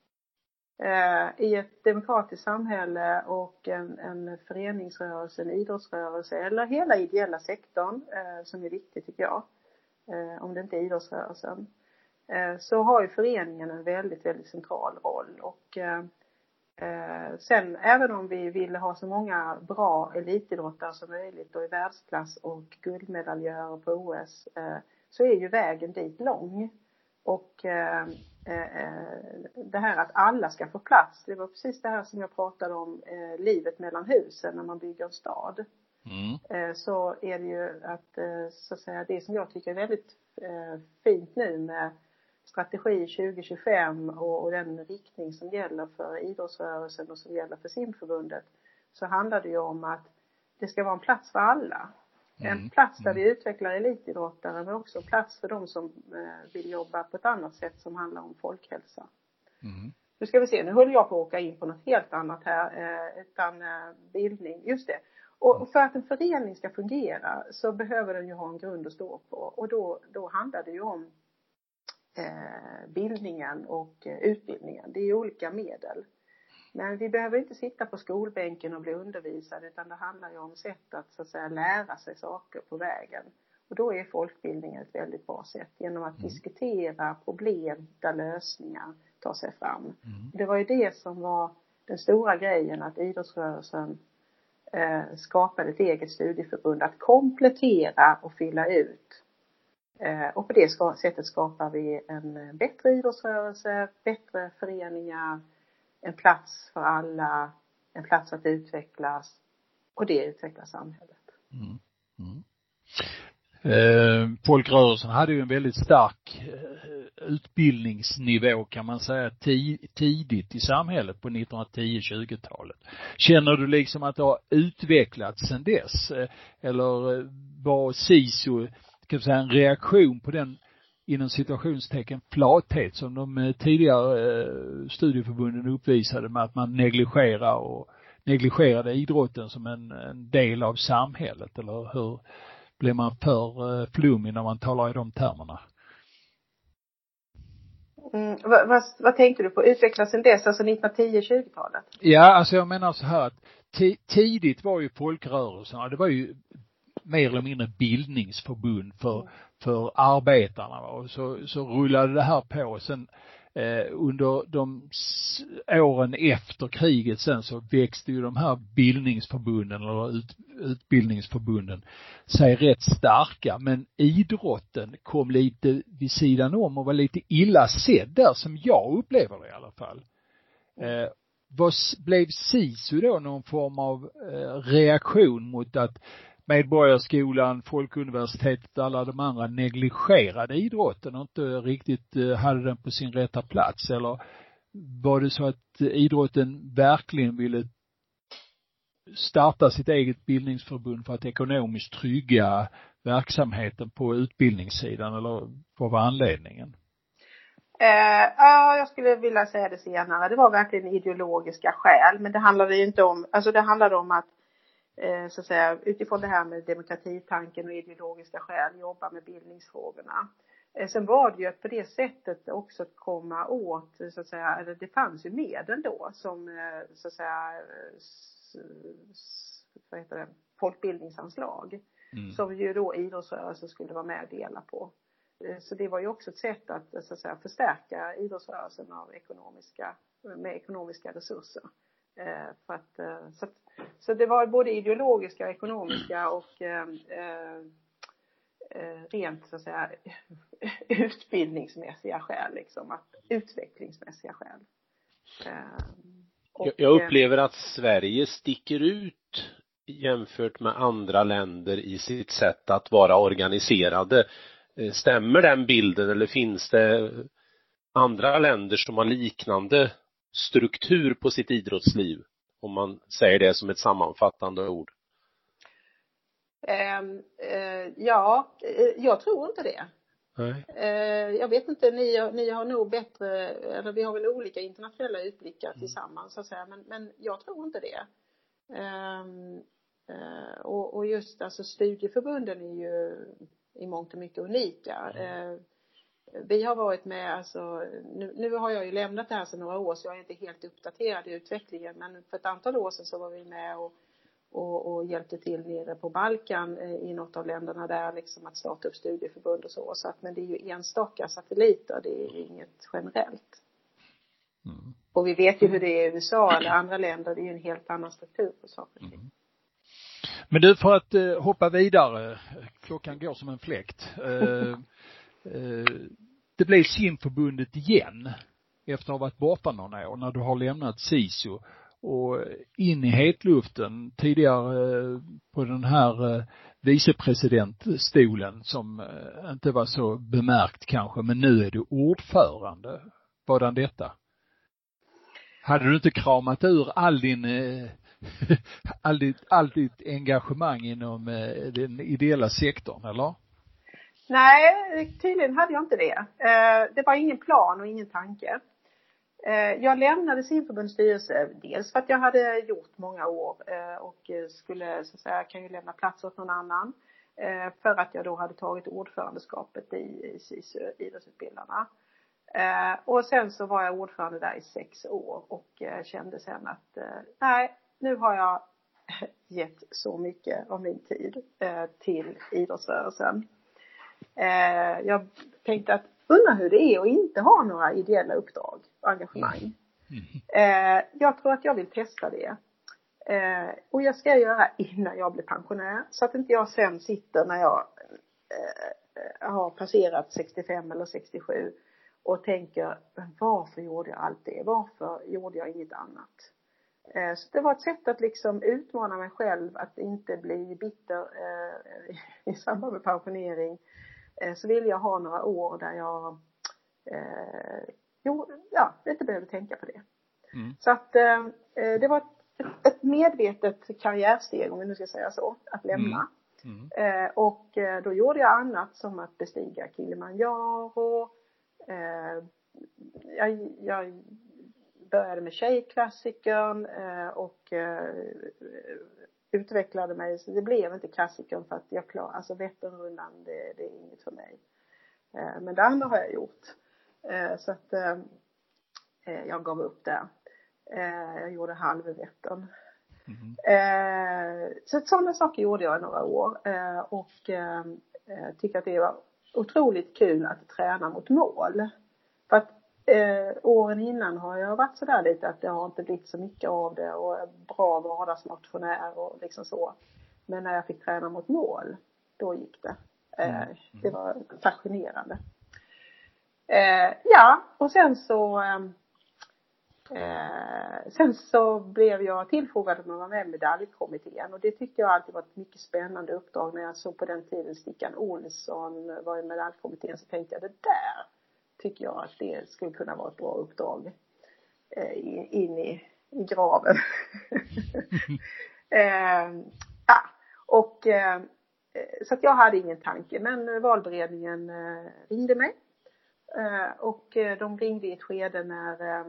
I ett demokratiskt samhälle och en föreningsrörelse, en idrottsrörelse eller hela ideella sektorn som är viktig tycker jag, om det inte är idrottsrörelsen, så har ju föreningen en väldigt, väldigt central roll. Och sen även om vi vill ha så många bra elitidrottare som möjligt och i världsklass och guldmedaljörer på OS, så är ju vägen dit lång. Och det här att alla ska få plats, det var precis det här som jag pratade om, livet mellan husen när man bygger en stad. Så är det ju att så att säga, det som jag tycker är väldigt fint nu med strategi 2025 och den riktning som gäller för idrottsrörelsen och som gäller för simförbundet, så handlar det ju om att det ska vara en plats för alla. En plats där vi utvecklar elitidrottare, men också en plats för de som vill jobba på ett annat sätt som handlar om folkhälsa. Nu ska vi se, nu håller jag på att åka in på något helt annat här, utan bildning, just det. Och för att en förening ska fungera så behöver den ju ha en grund att stå på. Och då handlar det ju om bildningen och utbildningen. Det är olika medel. Men vi behöver inte sitta på skolbänken och bli undervisade, utan det handlar ju om sätt att så att säga lära sig saker på vägen. Och då är folkbildningen ett väldigt bra sätt genom att diskutera problem, hitta lösningar, ta sig fram. Det var ju det som var den stora grejen, att idrottsrörelsen skapade ett eget studieförbund att komplettera och fylla ut. Och på det sättet skapar vi en bättre idrottsrörelse, bättre föreningar, en plats för alla, en plats att utvecklas, och det utvecklar samhället. Folkrörelsen hade ju en väldigt stark utbildningsnivå, kan man säga, tidigt i samhället på 1910-20-talet. Känner du liksom att det har utvecklats sedan dess? Eller var SISU, kan man säga, en reaktion på den, inom situationstecken, flathet som de tidigare studieförbunden uppvisade, med att man negligerade idrotten som en del av samhället? Eller hur blir man för flummig när man talar i de termerna? Vad tänkte du på? Utvecklas sen dess, alltså 1910-20-talet? Ja, alltså jag menar så här att tidigt var ju folkrörelserna, det var ju mer eller mindre bildningsförbund för arbetarna, och så rullade det här på. Sen under de åren efter kriget sen så växte ju de här bildningsförbunden eller utbildningsförbunden sig rätt starka, men idrotten kom lite vid sidan om och var lite illa sedd där, som jag upplever det i alla fall. Vad blev SISU då någon form av reaktion mot att Medborgarskolan, Folkuniversitetet och alla de andra negligerade idrotten och inte riktigt hade den på sin rätta plats? Eller var det så att idrotten verkligen ville starta sitt eget bildningsförbund för att ekonomiskt trygga verksamheten på utbildningssidan, eller vad var anledningen? Ja, jag skulle vilja säga det senare. Det var verkligen ideologiska skäl, men det handlade ju inte om, alltså det handlade om att så att säga, utifrån det här med demokratitanken och ideologiska skäl jobba med bildningsfrågorna. Sen var det ju att på det sättet också komma åt, så att säga, eller det fanns ju medel då som så att säga vad heter det, folkbildningsanslag som ju då idrottsrörelsen skulle vara med och dela på. Så det var ju också ett sätt att, så att säga, förstärka idrottsrörelsen med ekonomiska resurser. För att, så det var både ideologiska och ekonomiska och rent, så att säga, utbildningsmässiga skäl, liksom, utvecklingsmässiga skäl. Jag upplever att Sverige sticker ut jämfört med andra länder i sitt sätt att vara organiserade. Stämmer den bilden, eller finns det andra länder som har liknande struktur på sitt idrottsliv, om man säger det som ett sammanfattande ord? Ja, jag tror inte det. Nej. Jag vet inte, ni har nog bättre, eller vi har väl olika internationella utblickar tillsammans, så att säga, men jag tror inte det. Och just, alltså, studieförbunden är ju i mångt och mycket unika. Vi har varit med, alltså, nu har jag ju lämnat det här sedan några år, så jag är inte helt uppdaterad i utvecklingen, men för ett antal år sedan så var vi med och hjälpte till nere på Balkan i något av länderna där, liksom, att starta upp studieförbund och så att, men det är ju enstaka satelliter, det är inget generellt. Och vi vet ju hur det är i USA eller andra länder, det är ju en helt annan struktur på saker och ting. Men du, för att hoppa vidare, klockan går som en fläkt. Det blev simförbundet igen efter att ha varit borta några år, när du har lämnat SISU och in i hetluften. Tidigare på den här vicepresidentstolen som inte var så bemärkt kanske, men nu är du ordförande. Vadan detta? Hade du inte kramat ur all ditt engagemang inom den ideella sektorn, eller? Nej, tydligen hade jag inte det. Det var ingen plan och ingen tanke. Jag lämnade Simförbunds styrelse dels för att jag hade gjort många år och skulle så att säga kan ju lämna plats åt någon annan. För att jag då hade tagit ordförandeskapet i SISU, idrottsutbildarna. Och sen så var jag ordförande där i 6 år och kände sen att nej, nu har jag gett så mycket av min tid till idrottsrörelsen. Jag tänkte att undra hur det är att inte ha några ideella uppdrag och engagemang. Jag tror att jag vill testa det. Och jag ska göra innan jag blir pensionär. Så att inte jag sen sitter när jag har passerat 65 eller 67 och tänker, varför gjorde jag allt det? Varför gjorde jag inget annat? Så det var ett sätt att liksom utmana mig själv att inte bli bitter i samband med pensionering. Så vill jag ha några år där jag inte behöver tänka på det. Så att det var ett medvetet karriärsteg, om vi nu ska säga så, att lämna. Och då gjorde jag annat som att bestiga Kilimanjaro. Jag började med tjejklassikern och utvecklade mig. Så det blev inte klassikern för att jag klarade, alltså Vätternrundan, det är inget för mig. Men det andra har jag gjort. Så att jag gav upp där. Jag gjorde halvvättern. Så sådana saker gjorde jag i några år. Och tycker att det var otroligt kul att träna mot mål. För att åren innan har jag varit sådär lite att det har inte blivit så mycket av det. Och bra vardagsmotionär och liksom så. Men när jag fick träna mot mål, då gick det. Det var fascinerande. Och sen så blev jag tillfrågad om att vara med i medaljkommittén. Och det tyckte jag alltid var ett mycket spännande uppdrag. När jag såg på den tiden Stickan Olsson var i medaljkommittén, så tänkte jag, det där tycker jag att det skulle kunna vara ett bra uppdrag in i graven. Så att jag hade ingen tanke. Men valberedningen ringde mig. Och de ringde i ett skede när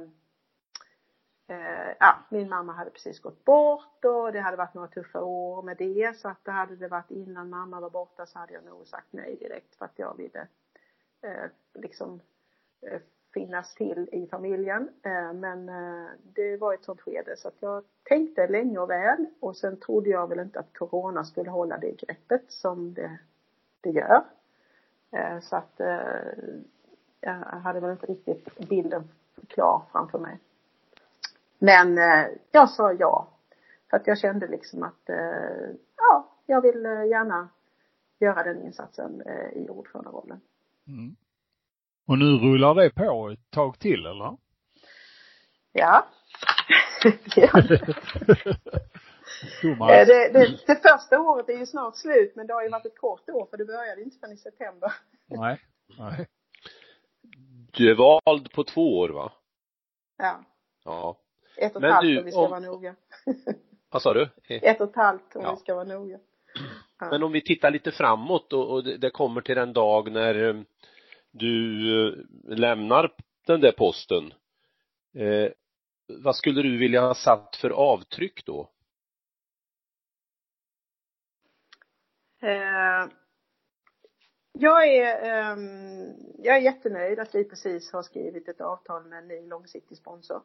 min mamma hade precis gått bort och det hade varit några tuffa år med det. Så att det hade det varit innan mamma var borta, så hade jag nog sagt nej direkt, för att jag ville finnas till i familjen. Men det var ett sånt skede så att jag tänkte länge och väl. Och sen trodde jag väl inte att corona skulle hålla det greppet som det gör. Så att jag hade väl inte riktigt bilden klar framför mig. Men jag sa ja. För att jag kände liksom att jag vill gärna göra den insatsen i ordföranderollen. Och nu rullar det på ett tag till, eller? Ja. Thomas. Det första året är ju snart slut, men det har ju varit ett kort år, för det började inte förrän i september. Nej. Du är vald på 2 år, va? Ja. 1,5 Men om vi ska vara noga. Vad sa du? 1,5 om vi ska vara noga. Ja. Men om vi tittar lite framåt och det kommer till den dag när du lämnar den där posten. Vad skulle du vilja ha satt för avtryck då? Jag är jättenöjd att vi precis har skrivit ett avtal med en ny långsiktig sponsor.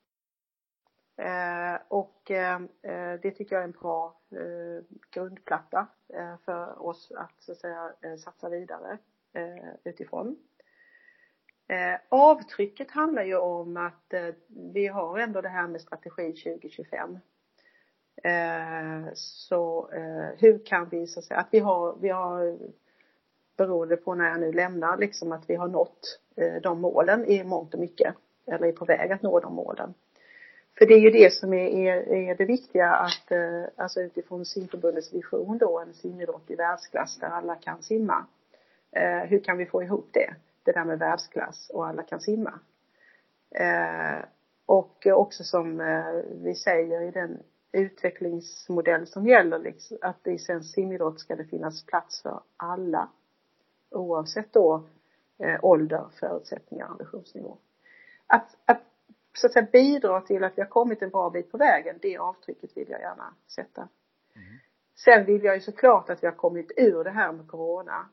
Och det tycker jag är en bra grundplatta för oss att så att säga satsa vidare utifrån. Avtrycket handlar ju om att vi har ändå det här med strategi 2025. Så hur kan vi så att säga att vi har beroende på när jag nu lämnar liksom att vi har nått de målen i mångt och mycket, eller är på väg att nå de målen. För det är ju det som är det viktiga, att alltså utifrån simförbundets vision då, en simidrott i världsklass där alla kan simma. Hur kan vi få ihop det där med världsklass och alla kan simma? Och också som vi säger i den utvecklingsmodell som gäller, liksom, att i svensk simidrott ska det finnas plats för alla, oavsett då ålder, förutsättningar, ambitionsnivå. Att så att säga bidra till att vi har kommit en bra bit på vägen, det avtrycket vill jag gärna sätta. Sen vill jag ju såklart att vi har kommit ur det här med corona.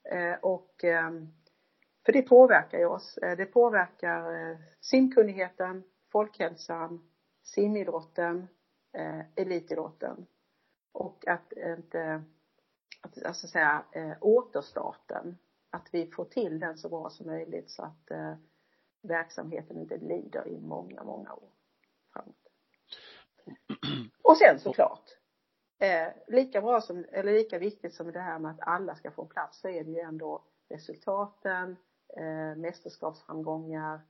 För det påverkar ju oss. Det påverkar simkunnigheten, folkhälsan, simidrotten, elitidrotten. Och att inte, alltså säga, återstarten. Att vi får till den så bra som möjligt så att verksamheten inte lider i många, många år framåt. Och sen såklart, lika viktigt som det här med att alla ska få plats, så är det ju ändå resultaten, mästerskapsframgångar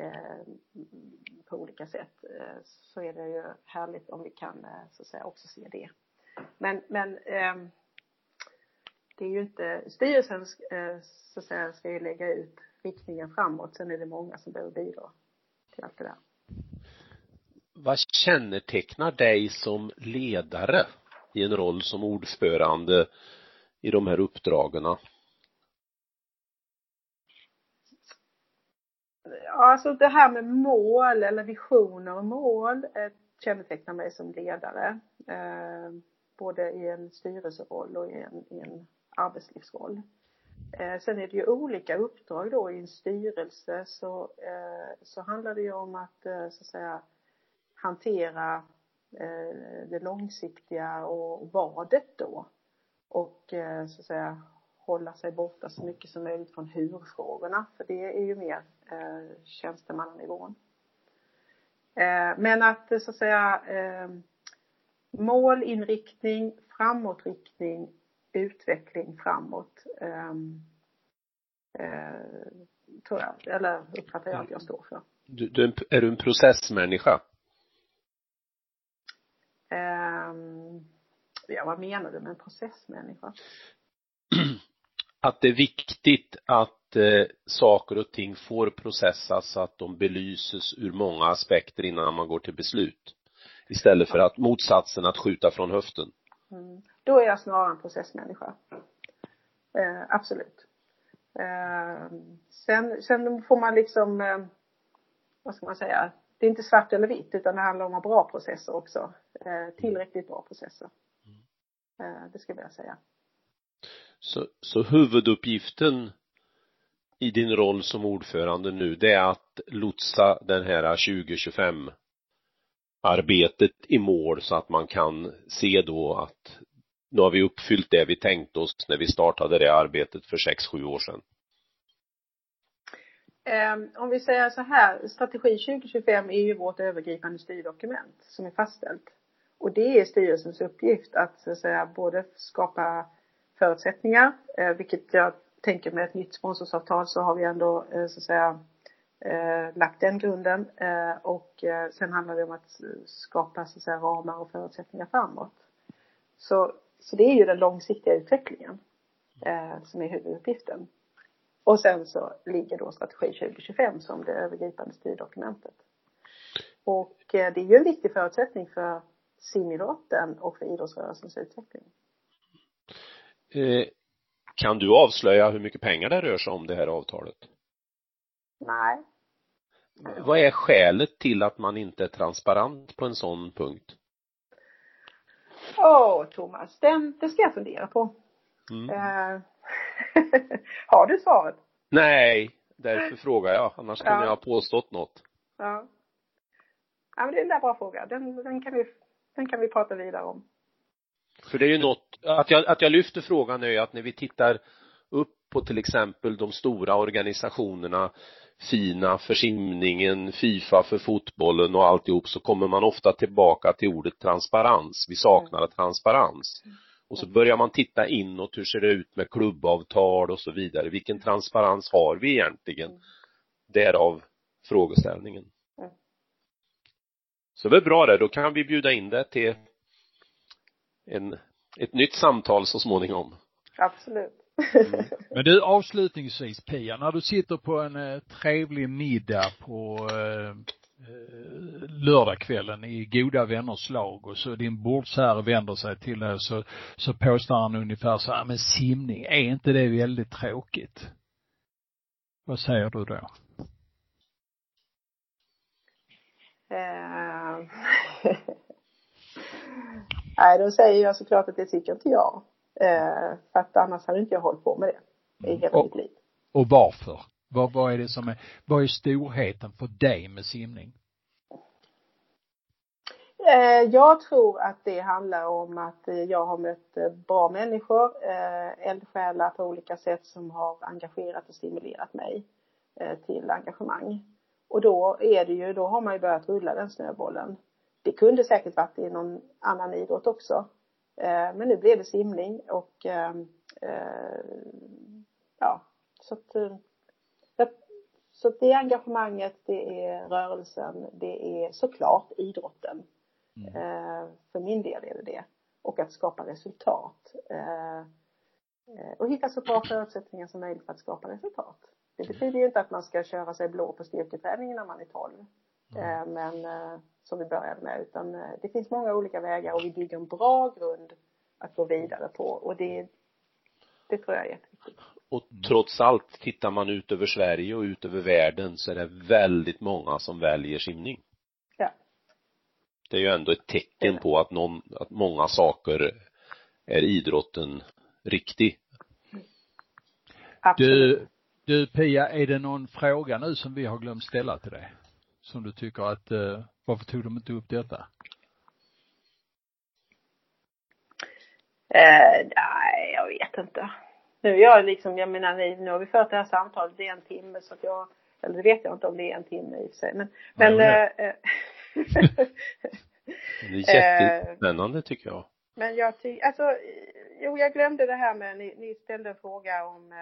på olika sätt. Så är det ju härligt om vi kan så att säga också se det. Men det är ju inte, styrelsen så att säga ska ju lägga ut riktningen framåt. Sen är det många som behöver bidra till allt det där. Vad kännetecknar dig som ledare i en roll som ordförande i de här uppdragen? Ja, alltså det här med mål eller visioner och mål kännetecknar mig som ledare. Både i en styrelseroll och i en arbetslivsroll. Sen är det ju olika uppdrag då i en styrelse, så handlar det ju om att så att säga hantera det långsiktiga och vadet då, och så att säga hålla sig borta så mycket som möjligt från hur-frågorna, för det är ju mer tjänstemannanivån. Men att så att säga målinriktning, framåtriktning, utveckling framåt, tror jag, eller uppfattar jag att jag står för. Är du en processmänniska? Ja, vad menar du med en processmänniska? Att det är viktigt att saker och ting får processas så att de belyses ur många aspekter innan man går till beslut. Istället för att motsatsen att skjuta från höften. Då är jag snarare en processmänniska. Absolut. Sen får man liksom, vad ska man säga, det är inte svart eller vitt, utan det handlar om att ha bra processer också. Tillräckligt bra processer. Det ska jag säga. Så huvuduppgiften i din roll som ordförande nu, det är att lotsa den här 2025 arbetet i mål, så att man kan se då att nu har vi uppfyllt det vi tänkte oss när vi startade det arbetet för 6-7 år sedan. Om vi säger så här, strategi 2025 är ju vårt övergripande styrdokument som är fastställt. Och det är styrelsens uppgift att, så att säga, både skapa förutsättningar, vilket jag tänker med ett nytt sponsorsavtal så har vi ändå så att säga lagt den grunden, och sen handlar det om att skapa så att säga ramar och förutsättningar framåt. Så det är ju den långsiktiga utvecklingen som är huvuduppgiften. Och sen så ligger då strategi 2025 som det övergripande styrdokumentet. Och det är ju en viktig förutsättning för simidrotten och för idrottsrörelsens utveckling. Kan du avslöja hur mycket pengar det rör sig om det här avtalet? Nej. Vad är skälet till att man inte är transparent på en sån punkt? Thomas, det ska jag fundera på. Har du svaret? Nej, därför frågar jag. Annars kunde jag ha påstått något. Ja, men det är en där bra fråga. Den kan vi prata vidare om. För det är ju något, att jag lyfter frågan är ju att när vi tittar upp på till exempel de stora organisationerna, FINA för simningen, FIFA för fotbollen och alltihop, så kommer man ofta tillbaka till ordet transparens. Vi saknar transparens. Och så börjar man titta inåt, hur ser det ut med klubbavtal och så vidare. Vilken transparens har vi egentligen? Därav frågeställningen. Så det är bra det, då kan vi bjuda in det till ett nytt samtal så småningom. Absolut. Men du, avslutningsvis Pia, när du sitter på en trevlig middag på lördagskvällen i goda vänners lag och så din bordsherre vänder sig till dig så påstår han ungefär så här, men simning, är inte det väldigt tråkigt? Vad säger du då? Nej, då säger jag såklart att det tycker inte jag. För att annars hade inte jag hållit på med det i hela mitt liv. Och varför? Vad är det som vad är storheten för dig med simning? Jag tror att det handlar om att jag har mött bra människor, eldsjälar på olika sätt som har engagerat och stimulerat mig till engagemang. Och då har man ju börjat rulla den snöbollen. Det kunde säkert varit i någon annan idrott också. Men nu blev det simning och så det engagemanget, det är rörelsen, det är såklart idrotten. För min del är det. Och att skapa resultat. Och hitta så bra förutsättningar som möjligt för att skapa resultat. Det betyder ju inte att man ska köra sig blå på styrketräningen när man är 12. Men som vi började med. Utan det finns många olika vägar och vi bygger en bra grund att gå vidare på. Och det tror jag är jätteviktigt. Och trots allt, tittar man ut över Sverige och ut över världen så är det väldigt många som väljer simning. Ja. Det är ju ändå ett tecken på att många saker är idrotten riktig. Absolut. Du Pia, är det någon fråga nu som vi har glömt ställa till dig? Som du tycker att, varför tog de inte upp detta? Nej, jag vet inte. Nu har vi fört det här samtalet i 1 timme så att eller det vet jag inte om det är 1 timme i och för sig. Men det är jättespännande tycker jag. Men jag jag glömde det här med, ni ställde en fråga om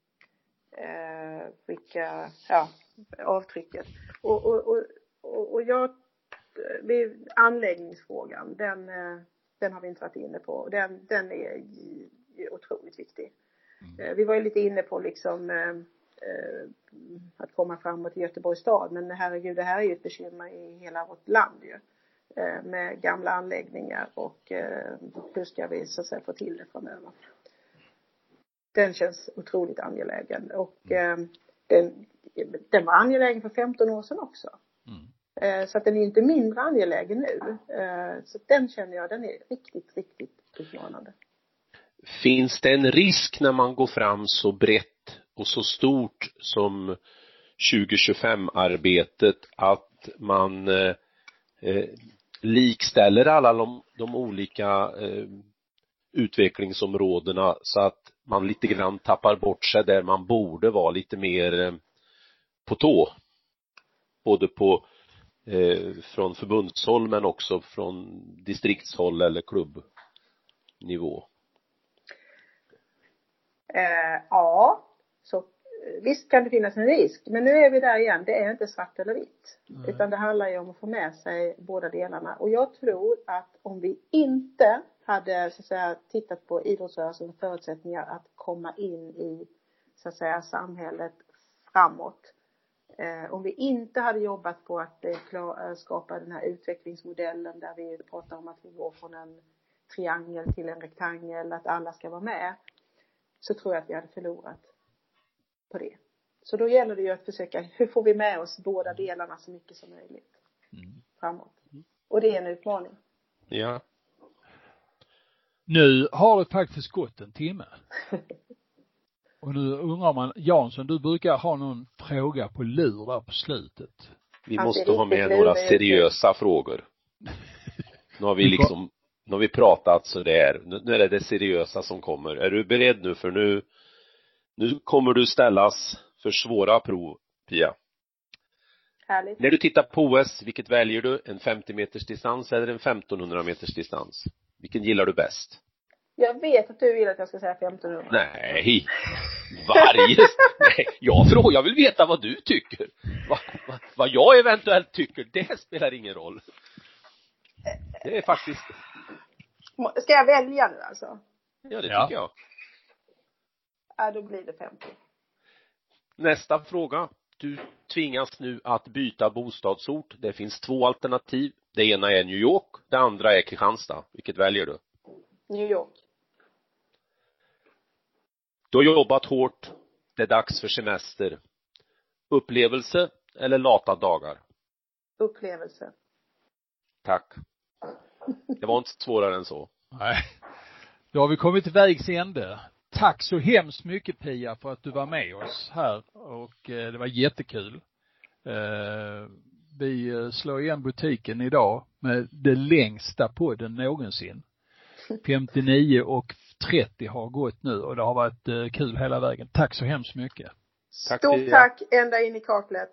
avtrycket. Och anläggningsfrågan, den har vi inte varit inne på. Den är otroligt viktig. Vi var ju lite inne på liksom att komma framåt till Göteborgs stad. Men herregud, det här är ju ett bekymmer i hela vårt land ju. Med gamla anläggningar och hur ska vi så att säga få till det framöver. Den känns otroligt angelägen. Och den var angelägen för 15 år sedan också. Så att den är inte mindre angelägen nu. Så den känner jag, den är riktigt, riktigt utmanande. Finns det en risk när man går fram så brett och så stort som 2025-arbetet att man likställer alla de olika utvecklingsområdena så att man lite grann tappar bort sig där man borde vara lite mer på tå? Både från förbundshåll men också från distriktshåll eller klubbnivå. Ja, så visst kan det finnas en risk. Men nu är vi där igen. Det är inte svart eller vitt. Utan det handlar ju om att få med sig båda delarna. Och jag tror att om vi inte hade så att säga tittat på idrottsrörelsens förutsättningar att komma in i så att säga samhället framåt. Om vi inte hade jobbat på att skapa den här utvecklingsmodellen där vi pratar om att vi går från en triangel till en rektangel, att alla ska vara med, så tror jag att vi hade förlorat på det. Så då gäller det ju att försöka, hur får vi med oss båda delarna så mycket som möjligt framåt. Och det är en utmaning. Ja. Nu har det faktiskt gått 1 timme. Och nu undrar man, Jansson, du brukar ha någon fråga på lur där på slutet. Vi måste ha med några seriösa frågor. Nu har vi pratat så där. Nu är det seriösa som kommer. Är du beredd nu? För nu kommer du ställas för svåra prov, Pia. Härligt. När du tittar på OS, vilket väljer du? En 50 meters distans eller en 1500 meters distans? Vilken gillar du bäst? Jag vet att du vill att jag ska säga 1500. Nej. Nej, jag vill veta vad du tycker. Vad jag eventuellt tycker, det spelar ingen roll. Det är faktiskt... Ska jag välja nu alltså? Ja, det tycker jag. Ja, då blir det 50. Nästa fråga. Du tvingas nu att byta bostadsort. Det finns 2 alternativ. Det ena är New York, det andra är Kristianstad. Vilket väljer du? New York. Du har jobbat hårt. Det är dags för semester. Upplevelse eller lata dagar? Upplevelse. Tack. Det var inte svårare än så. Nej. Då har vi kommit till vägs ände. Tack så hemskt mycket, Pia, för att du var med oss här, och det var jättekul. Vi slår igen butiken idag med det längsta podden någonsin. 59 och 30 har gått nu, och det har varit kul hela vägen. Tack så hemskt mycket. Stort tack ända in i kaklet.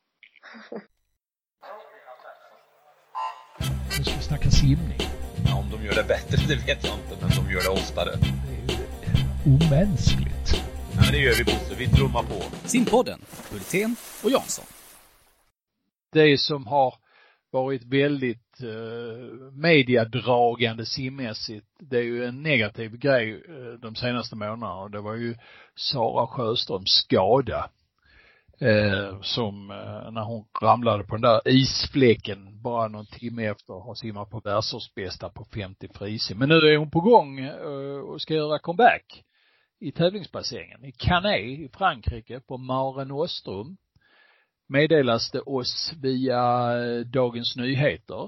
Nu ska vi snacka simning. Ja, om de gör det bättre, det vet jag inte, men de gör det oftare. Det är ju omänskligt. Ja, men det gör vi, Bosse. Vi trummar på. Simpodden, Hultén och Jansson. Det som har varit väldigt mediadragande simmässigt, det är ju en negativ grej de senaste månaderna. Det var ju Sara Sjöströms skada som när hon ramlade på den där isfläcken bara någon timme efter att ha simmat på världsbästa på 50 frisim. Men nu är hon på gång och ska göra comeback i tävlingsbassängen i Cannes i Frankrike på Mare Nostrum. Meddelas det oss via Dagens Nyheter.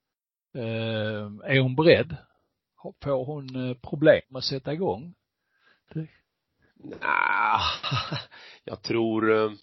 Är hon beredd? Får hon problem att sätta igång? Jag tror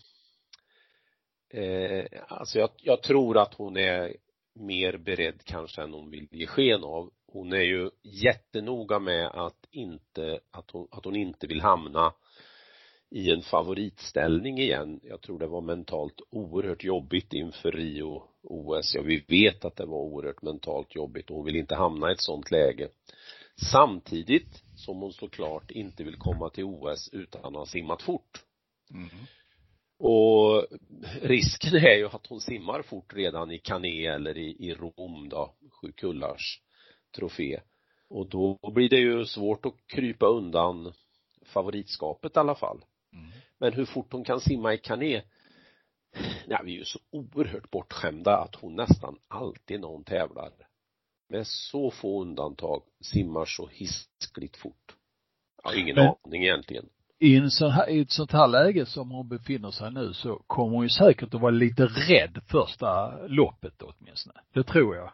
jag tror att hon är mer beredd kanske än hon vill ge sken av. Hon är ju jättenoga med att hon inte vill hamna i en favoritställning igen. Jag tror det var mentalt oerhört jobbigt inför Rio OS. Ja, vi vet att det var oerhört mentalt jobbigt och hon vill inte hamna i ett sånt läge. Samtidigt som hon såklart inte vill komma till OS utan att ha simmat fort. Mm. Och risken är ju att hon simmar fort redan i Cannes eller i Rom då, 7 kullars trofé. Och då blir det ju svårt att krypa undan favoritskapet i alla fall. Mm. Men hur fort hon kan simma i Cannes, ja, vi är ju så oerhört bortskämda att hon nästan alltid någon tävlar med så få undantag simmar så hiskligt fort. Jag har ingen aning egentligen. I ett sånt här läge som hon befinner sig nu så kommer hon ju säkert att vara lite rädd första loppet åtminstone. Det tror jag.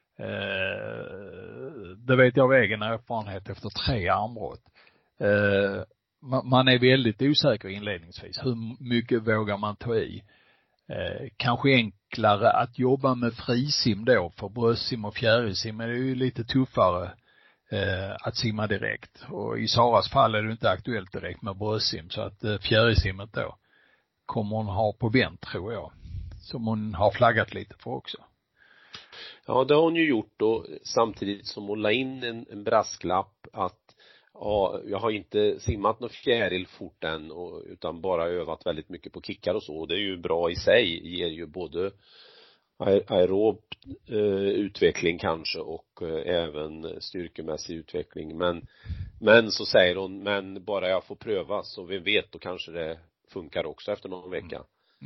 Det vet jag av egen erfarenhet efter 3 armbrott. Man är väldigt osäker inledningsvis. Hur mycket vågar man ta i? Kanske enklare att jobba med frisim då, för bröstsim och fjärilsim är det ju lite tuffare att simma direkt. Och i Saras fall är det inte aktuellt direkt med bröstsim, så att fjärilsimmet då kommer hon ha på vänt, tror jag. Som hon har flaggat lite för också. Ja, det har hon ju gjort då, samtidigt som hon la in en brasklapp att ja, jag har inte simmat något fjäril fort än utan bara övat väldigt mycket på kickar och så. Och det är ju bra i sig, ger ju både aerob utveckling kanske och även styrkemässig utveckling. Men så säger hon, men bara jag får pröva så vi vet, då kanske det funkar också efter någon vecka.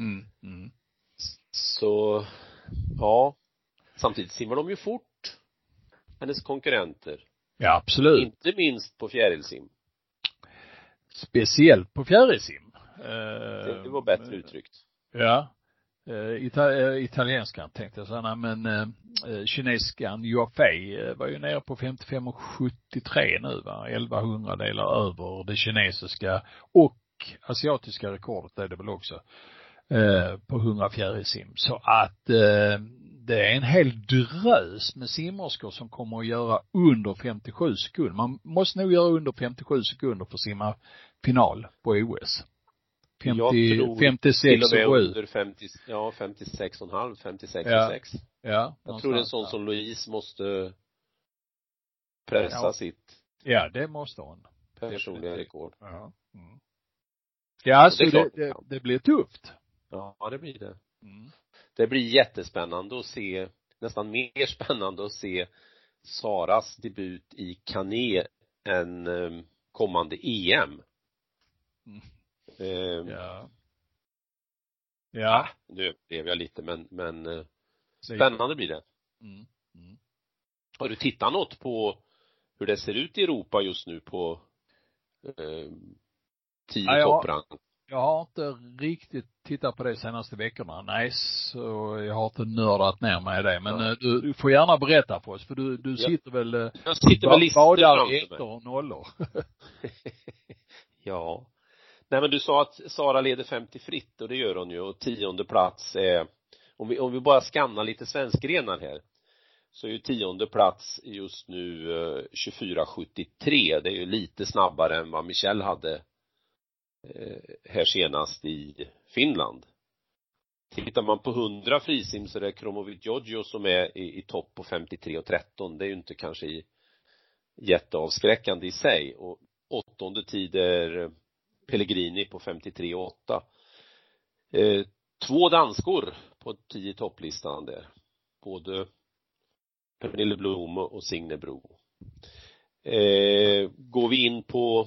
Så ja, samtidigt simmar de ju fort, hennes konkurrenter. Ja, absolut. Inte minst på fjärilsim. Speciellt på fjärilsim. Det var bättre uttryckt. Ja. Italienskan tänkte jag säga, men kineskan Yuafei var ju nere på 55,73 nu, va? 1100 delar över det kinesiska och asiatiska rekordet är det väl också på 100 fjärilsim. Så att det är en hel drös med simmerskor som kommer att göra under 57 sekunder. Man måste nog göra under 57 sekunder för att simma final på OS. 56 och 7. Under 50, ja, 56,5, 56 och 6. Ja. Jag tror det är en sån som Louise måste pressa sitt. Ja, det måste hon. Personliga rekord. Ja. Mm. Ja, så det blir tufft. Ja, det blir det. Mm. Det blir jättespännande att se. nästan mer spännande att se Saras debut i Cannes än kommande EM. Ja. Nu blev jag lite, men spännande blir det. Har du tittat något på hur det ser ut i Europa just nu på 10 topprang? Jag har inte riktigt tittat på det senaste veckorna. Nej, så jag har inte nördat ner mig i det. Men du får gärna berätta för oss. För du sitter väl jag sitter väl badar ettor och nollor. Ja. Nej, men du sa att Sara leder 50 fritt, och det gör hon ju. Och 10:e plats är, om vi bara skannar lite svenskgrenar här, så är ju 10:e plats just nu 24:73. Det är ju lite snabbare än vad Michelle hade här senast i Finland. Tittar man på 100 frisim så är det Kromowidjojo som är i topp på 53:13. Det är ju inte kanske jätteavskräckande i sig. Och 8:e tid är Pellegrini på 53:8. 2 danskor på 10 topplistan där. Både Pernille Blom och Signe Bro. Går vi in på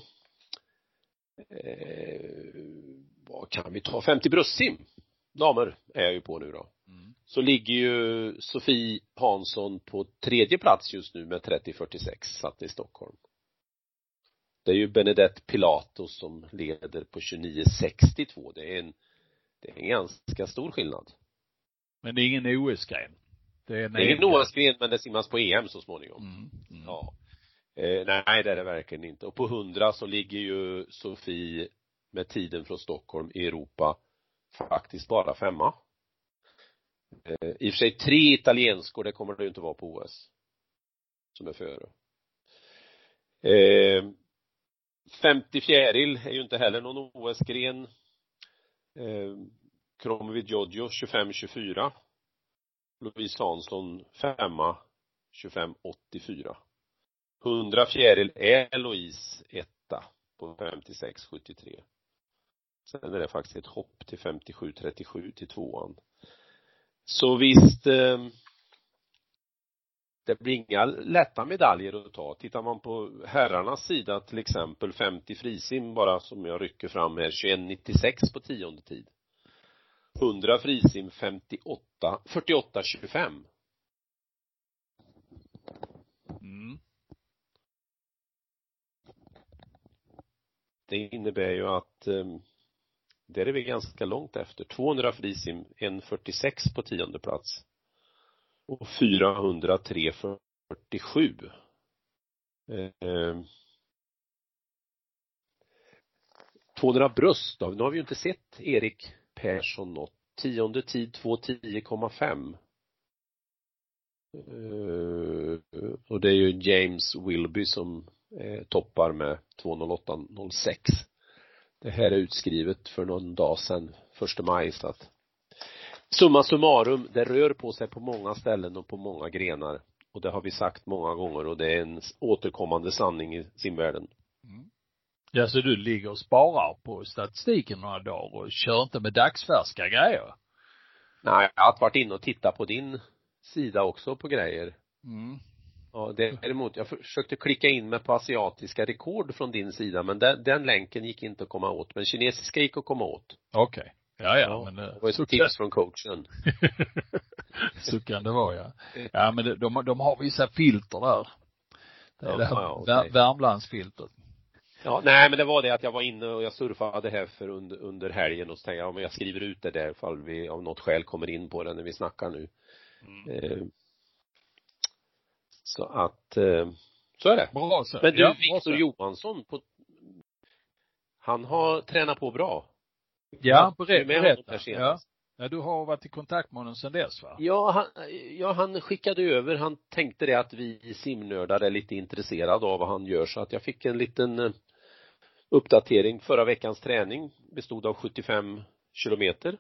vad kan vi ta? 50 bröstsim damer är jag ju på nu då. Så ligger ju Sofie Hansson på 3:e plats just nu med 30:46 satt i Stockholm. Det är ju Benedette Pilatos som leder på 29:62. Det är en ganska stor skillnad. Men det är ingen OS-gren. Det är ingen OS-gren, men det simmas på EM så småningom. Ja. Nej, det är det verkligen inte. Och på 100 så ligger ju Sofie med tiden från Stockholm i Europa faktiskt bara 5:a. I och för sig 3 italienskor, det kommer det ju inte vara på OS som är före. 50 fjäril är ju inte heller någon OS-gren. Kromowidjojo 25:24. Louise Hansson 5:a 25:84. 100 fjäril är Louise 1:a på 56:73. Sen är det faktiskt ett hopp till 57:37 till 2:an. Så visst, det blir inga lätta medaljer att ta. Tittar man på herrarnas sida till exempel 50 frisim bara som jag rycker fram här 21:96 på 10:e tid. 100 frisim 48:25. Det innebär ju att där är vi ganska långt efter. 200 frisim 1:46 på 10:e plats. Och 403:47. 200 bröst då. Nu har vi ju inte sett Erik Persson något. 10:e tid 2:10,5. Och det är ju James Wilby som toppar med 2:08,06. Det här är utskrivet för någon dag sedan, 1 maj, så att summa summarum, det rör på sig på många ställen och på många grenar. Och det har vi sagt många gånger, och det är en återkommande sanning i simvärlden. Ja, så du ligger och sparar på statistiken några dagar och kör inte med dagsfärska grejer? Nej, jag har varit inne och tittat på din sida också på grejer. Ja, däremot, jag försökte klicka in mig på asiatiska rekord från din sida, men den länken gick inte att komma åt. Men kinesiska gick att komma åt. Okej. Ja, men det var ett tips från coachen. Så kan det vara, ja. Ja, men de har vissa filter där. Det är det här Värmlandsfiltret. Ja, nej, men det var det att jag var inne och jag surfade här för under helgen och så tänkte jag, men jag skriver ut det där ifall vi av något skäl kommer in på det när vi snackar nu. Så att så är det. Bra, så. Men du, Victor Johansson han har tränat på bra. Ja, berätta. Ja, du har varit i kontakt med honom sedan dess, va? Ja, han skickade över. Han tänkte det att vi simnördar är lite intresserade av vad han gör, så att jag fick en liten uppdatering. Förra veckans träning bestod av 75 kilometer.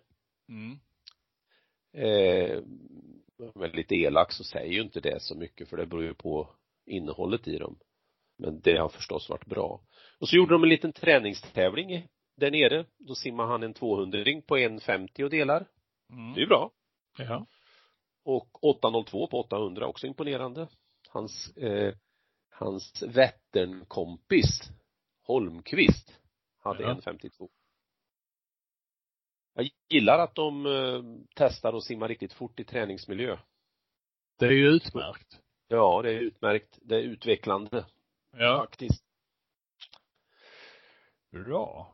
Men lite elak så säger ju inte det så mycket, för det beror ju på innehållet i dem. Men det har förstås varit bra. Och så gjorde de en liten träningstävling där nere. Då simmar han en 200-ring på 1,50 och delar. Det är ju bra. Ja. Och 8:02 på 800, också imponerande. Hans Vätternkompis Holmqvist hade 1:52. Jag gillar att de testar och simmar riktigt fort i träningsmiljö. Det är ju utmärkt. Ja, det är utmärkt. Det är utvecklande. Ja. Faktiskt. Bra.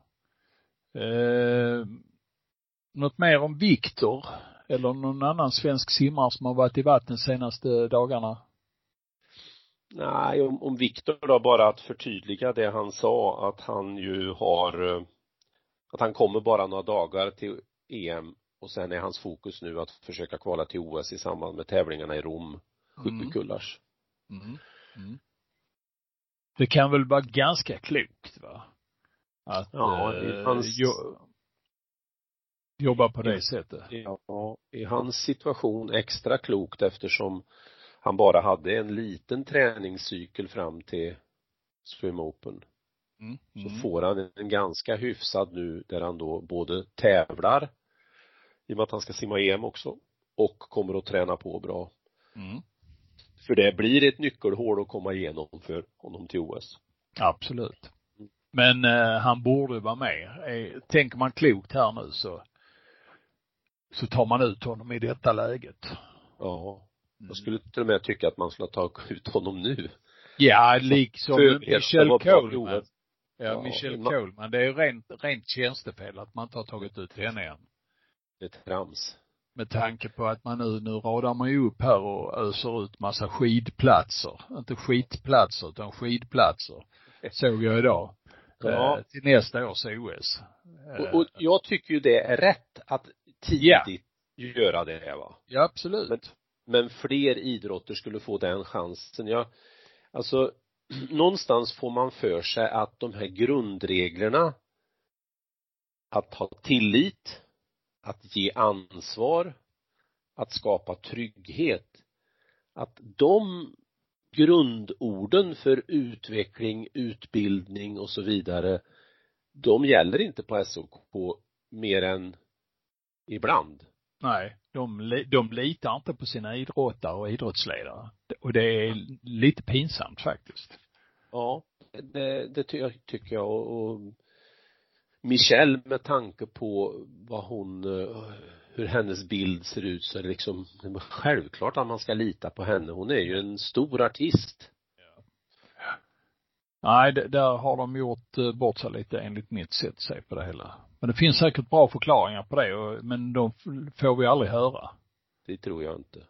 Något mer om Viktor? Eller någon annan svensk simmare som har varit i vattnet senaste dagarna? Nej, om Viktor då, bara att förtydliga det han sa, att han ju att han kommer bara några dagar till EM och sen är hans fokus nu att försöka kvala till OS i samband med tävlingarna i Rom, 70 kullars. Det kan väl vara ganska klokt, va? Att jobba på det sättet. Ja, i hans situation extra klokt eftersom han bara hade en liten träningscykel fram till Swim Open. Så får han en ganska hyfsad nu där han då både tävlar i och med att han ska simma EM också och kommer att träna på bra. För det blir ett nyckelhål att komma igenom för honom till OS. Absolut. Men han borde vara med. Tänker man klokt här nu så tar man ut honom i detta läget. Ja. Jag skulle till och med tycka att man skulle ta ut honom nu. Ja, liksom Michelle Coleman. Ja, Michelle Coleman. Det är ju rent tjänstefel att man inte har tagit ut henne än. Det är trams. Med tanke på att man nu radar man ju upp här och öser ut massa skidplatser. Inte skitplatser utan skidplatser. Såg jag idag. Ja. Till nästa års OS. Och jag tycker ju det är rätt att tidigt göra det, va? Ja, absolut. Men fler idrotter skulle få den chansen. Alltså, någonstans får man för sig att de här grundreglerna, att ha tillit, att ge ansvar, att skapa trygghet, att de grundorden för utveckling, utbildning och så vidare, de gäller inte på SOK mer än ibland. Nej, de litar inte på sina idrottare och idrottsledare. Och det är lite pinsamt faktiskt. Ja, det tycker jag. Och Michelle, med tanke på hur hennes bild ser ut, så är det liksom självklart att man ska lita på henne. Hon är ju en stor artist. Ja. Nej, där har de gjort bort sig lite enligt mitt sätt att se på det hela. Men det finns säkert bra förklaringar på det, men de får vi aldrig höra. Det tror jag inte.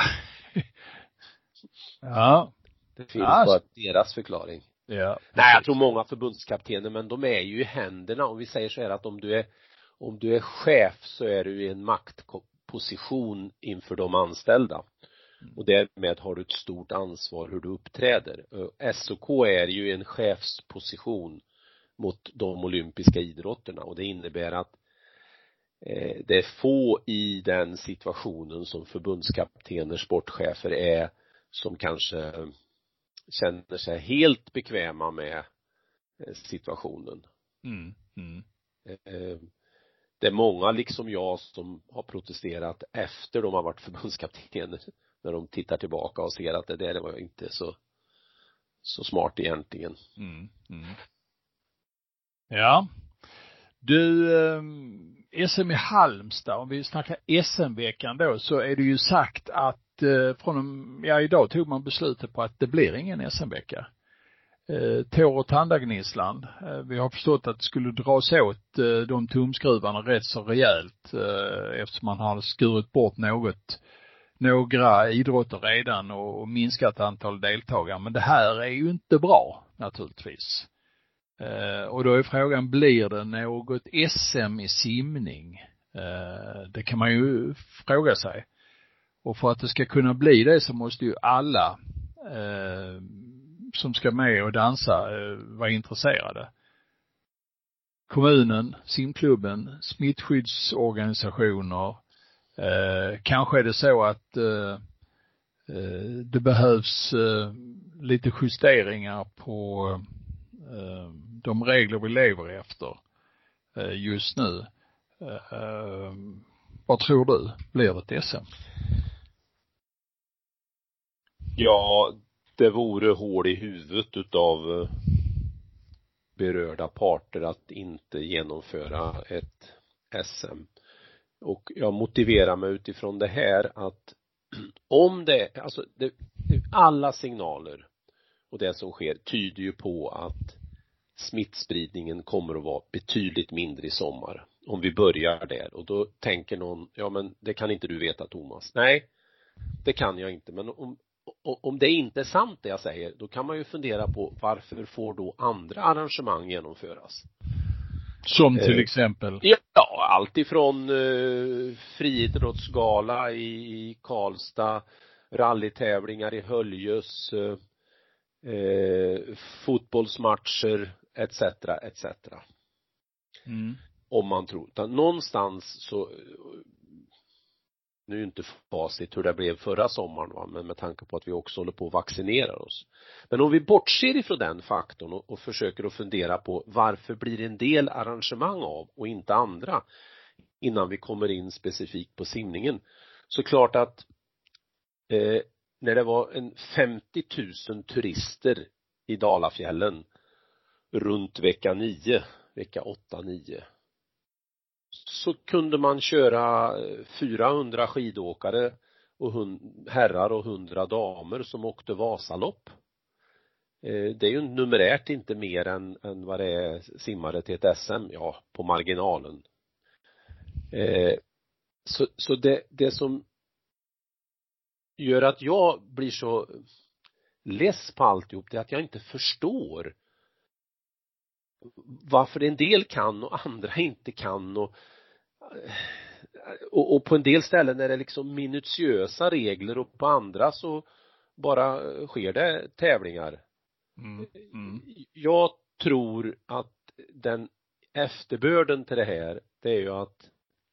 Ja. Det finns bara deras förklaring. Ja. Nej, jag tror många förbundskaptener, men de är ju i händerna. Om vi säger så här att om du är chef så är du i en maktposition inför de anställda. Och därmed har du ett stort ansvar hur du uppträder. SOK är ju en chefsposition mot de olympiska idrotterna, och det innebär att det är få i den situationen som förbundskaptener, sportchefer är, som kanske känner sig helt bekväma med situationen. Det är många liksom jag som har protesterat efter de har varit förbundskaptener, när de tittar tillbaka och ser att det där var inte så smart egentligen. Ja. Du, SM i Halmstad, om vi snackar SM-veckan då, så är det ju sagt att idag tog man beslutet på att det blir ingen SM-vecka. Tår- och tandagnisslan. Vi har förstått att det skulle dras åt de tumskruvarna rätt så rejält, eftersom man har skurit bort några idrotter redan och minskat antal deltagare. Men det här är ju inte bra naturligtvis. Och då är frågan, blir det något SM i simning? Det kan man ju fråga sig. Och för att det ska kunna bli det så måste ju alla som ska med och dansa vara intresserade. Kommunen, simklubben, smittskyddsorganisationer. Kanske är det så att det behövs lite justeringar på de regler vi lever efter just nu. Vad tror du? Blir det ett SM? Ja, det vore hål i huvudet utav berörda parter att inte genomföra ett SM. Och jag motiverar mig utifrån det här att om alla signaler och det som sker tyder ju på att smittspridningen kommer att vara betydligt mindre i sommar. Om vi börjar där. Och då tänker någon, ja men det kan inte du veta, Thomas. Nej, det kan jag inte. Men om det inte är sant det jag säger, då kan man ju fundera på varför får då andra arrangemang genomföras? Som till exempel? Ja, allt ifrån friidrottsgala i Karlstad, rallytävlingar i Höljes, fotbollsmatcher etc. etc. Om man tror. Utan någonstans så, nu är ju inte facit hur det blev förra sommaren, va? Men med tanke på att vi också håller på att vaccinera oss. Men om vi bortser ifrån den faktorn och försöker att fundera på varför blir en del arrangemang av och inte andra, innan vi kommer in specifikt på simningen, så klart att när det var en 50 000 turister i Dalafjällen runt vecka 8-9, så kunde man köra 400 skidåkare och herrar och 100 damer som åkte Vasalopp. Det är ju numerärt inte mer än vad det är simmare till ett SM, ja, på marginalen. Så det som gör att jag blir så less på alltihop, det är att jag inte förstår varför en del kan och andra inte kan, och på en del ställen är det liksom minutiösa regler och på andra så bara sker det tävlingar. Jag tror att den efterbörden till det här, det är ju att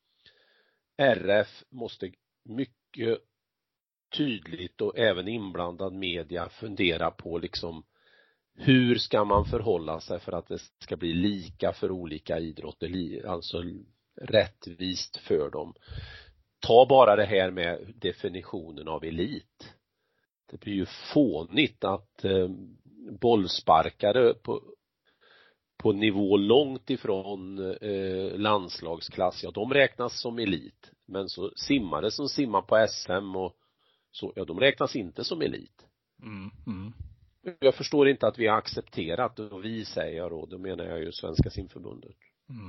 RF måste mycket tydligt och även inblandad media fundera på liksom hur ska man förhålla sig för att det ska bli lika för olika idrotter, alltså rättvist för dem. Ta bara det här med definitionen av elit. Det blir ju fånigt att bollsparkare på nivå långt ifrån landslagsklass, ja, de räknas som elit. Men så simmare som simmar på SM och så, ja, de räknas inte som elit. Jag förstår inte att vi har accepterat, och vi säger då menar jag ju Svenska simförbundet.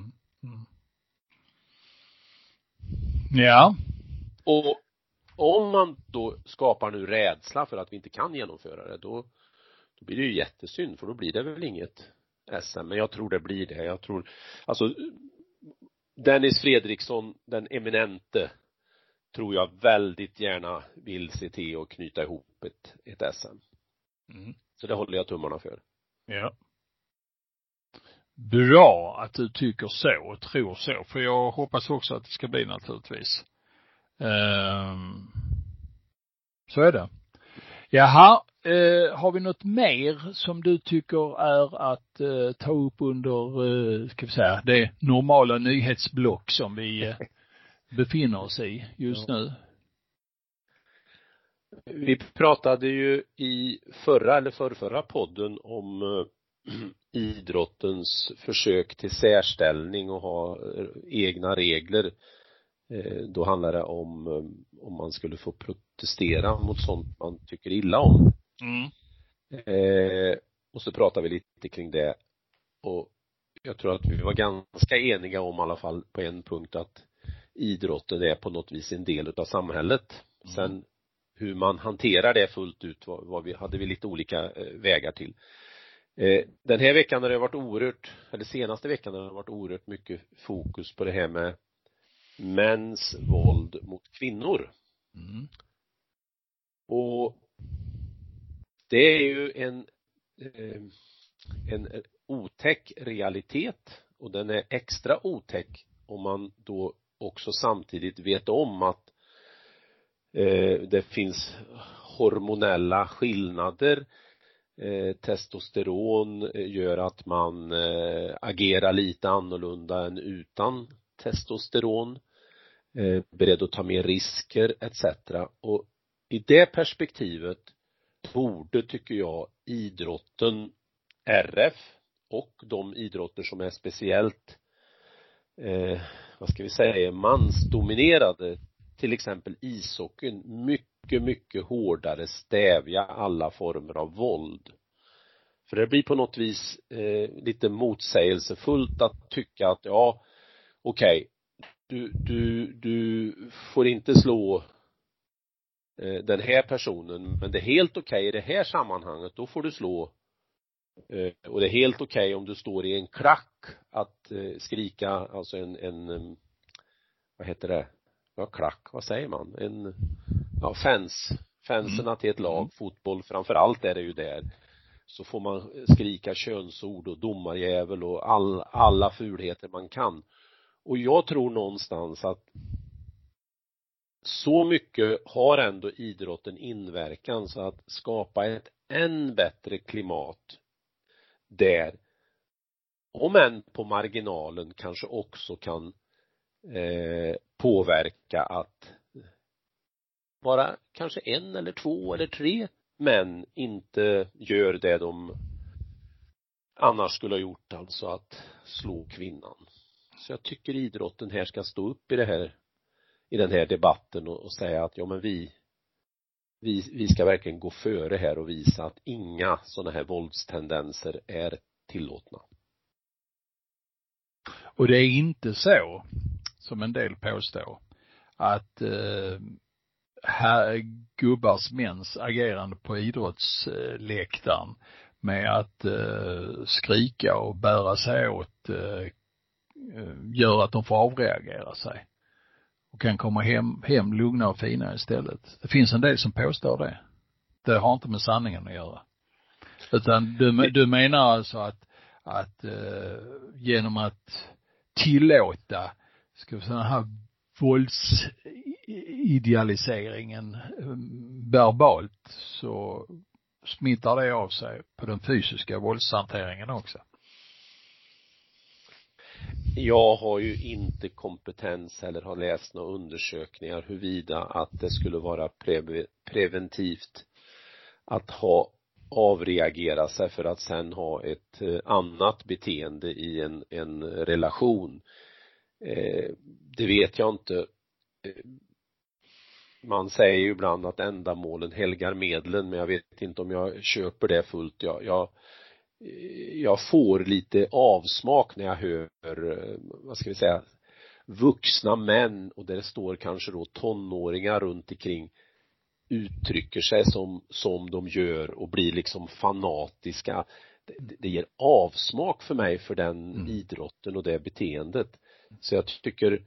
Ja. Och om man då skapar nu rädsla för att vi inte kan genomföra det, då blir det ju jättesynd, för då blir det väl inget SM. Men jag tror det blir det. Jag tror, alltså Dennis Fredriksson, den eminente, tror jag väldigt gärna vill se till och knyta ihop ett SM. Så det håller jag tummarna för. Ja. Bra att du tycker så och tror så. För jag hoppas också att det ska bli naturligtvis. Så är det. Jaha, har vi något mer som du tycker är att ta upp under, ska vi säga, det normala nyhetsblock som vi befinner oss i just nu? Vi pratade ju i förra eller förrförra podden om idrottens försök till särställning och ha egna regler. Då handlar det om man skulle få protestera mot sånt man tycker illa om. Och så pratade vi lite kring det. Och jag tror att vi var ganska eniga om, i alla fall på en punkt, att idrotten är på något vis en del av samhället. Sen hur man hanterar det fullt ut hade vi lite olika vägar till. Den här veckan har det varit senaste veckan har det varit oerhört mycket fokus på det här med mäns våld mot kvinnor. Och det är ju en otäck realitet, och den är extra otäck om man då också samtidigt vet om att det finns hormonella skillnader. Testosteron gör att man agerar lite annorlunda än utan testosteron, beredd att ta mer risker etc. Och i det perspektivet borde, tycker jag, idrotten, RF och de idrotter som är speciellt vad ska vi säga, mansdominerade, till exempel ishockeyn, mycket hårdare stävja alla former av våld. För det blir på något vis lite motsägelsefullt att tycka att ja, okej, du får inte slå den här personen, men det är helt okej i det här sammanhanget, då får du slå. Och det är helt okej om du står i en klack att skrika, alltså en vad heter det? Ja, klack, vad säger man? Fanserna till ett lag, fotboll framförallt är det ju där. Så får man skrika könsord och domarjävel och alla fulheter man kan. Och jag tror någonstans att så mycket har ändå idrotten inverkan så att skapa ett än bättre klimat där, om än på marginalen, kanske också kan påverka att bara kanske 1 eller 2 eller 3 män inte gör det de annars skulle ha gjort, alltså att slå kvinnan. Så jag tycker idrotten här ska stå upp i den här debatten och säga att ja, men vi ska verkligen gå före här och visa att inga sådana här våldstendenser är tillåtna. Och det är inte så, som en del påstår, att här gubbars mäns agerande på idrottsläktaren med att skrika och bära sig åt gör att de får avreagera sig och kan komma hem lugna och fina istället. Det finns en del som påstår det. Det har inte med sanningen att göra. Utan du menar alltså att genom att tillåta sådana här våldsidealiseringen verbalt så smittar det av sig på den fysiska våldshanteringen också. Jag har ju inte kompetens eller har läst några undersökningar huruvida att det skulle vara preventivt att avreagera sig för att sen ha ett annat beteende i en relation. Det vet jag inte. Man säger ju ibland att ändamålen helgar medlen, men jag vet inte om jag köper det fullt. Jag får lite avsmak när jag hör, vad ska vi säga, vuxna män, och där det står kanske då tonåringar runt omkring, uttrycker sig som de gör och blir liksom fanatiska. Det ger avsmak för mig för den idrotten och det beteendet. Så jag tycker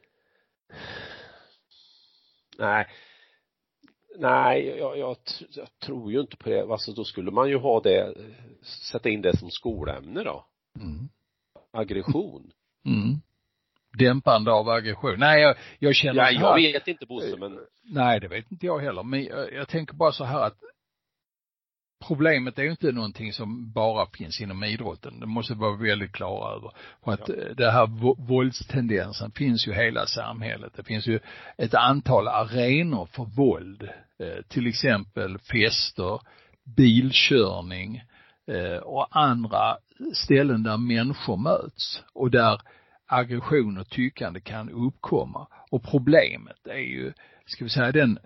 jag tror ju inte på det. Alltså då skulle man ju ha det, sätta in det som skolämne då. Aggression. Dämpande av aggression. Nej, jag känner så här. Jag vet inte, Bosse, men nej, det vet inte jag heller. Men jag tänker bara så här att problemet är ju inte någonting som bara finns inom idrotten. Det måste vara väldigt klara över. För att det här våldstendensen finns ju i hela samhället. Det finns ju ett antal arenor för våld. Till exempel fester, bilkörning och andra ställen där människor möts och där aggression och tyckande kan uppkomma. Och problemet är ju, ska vi säga, den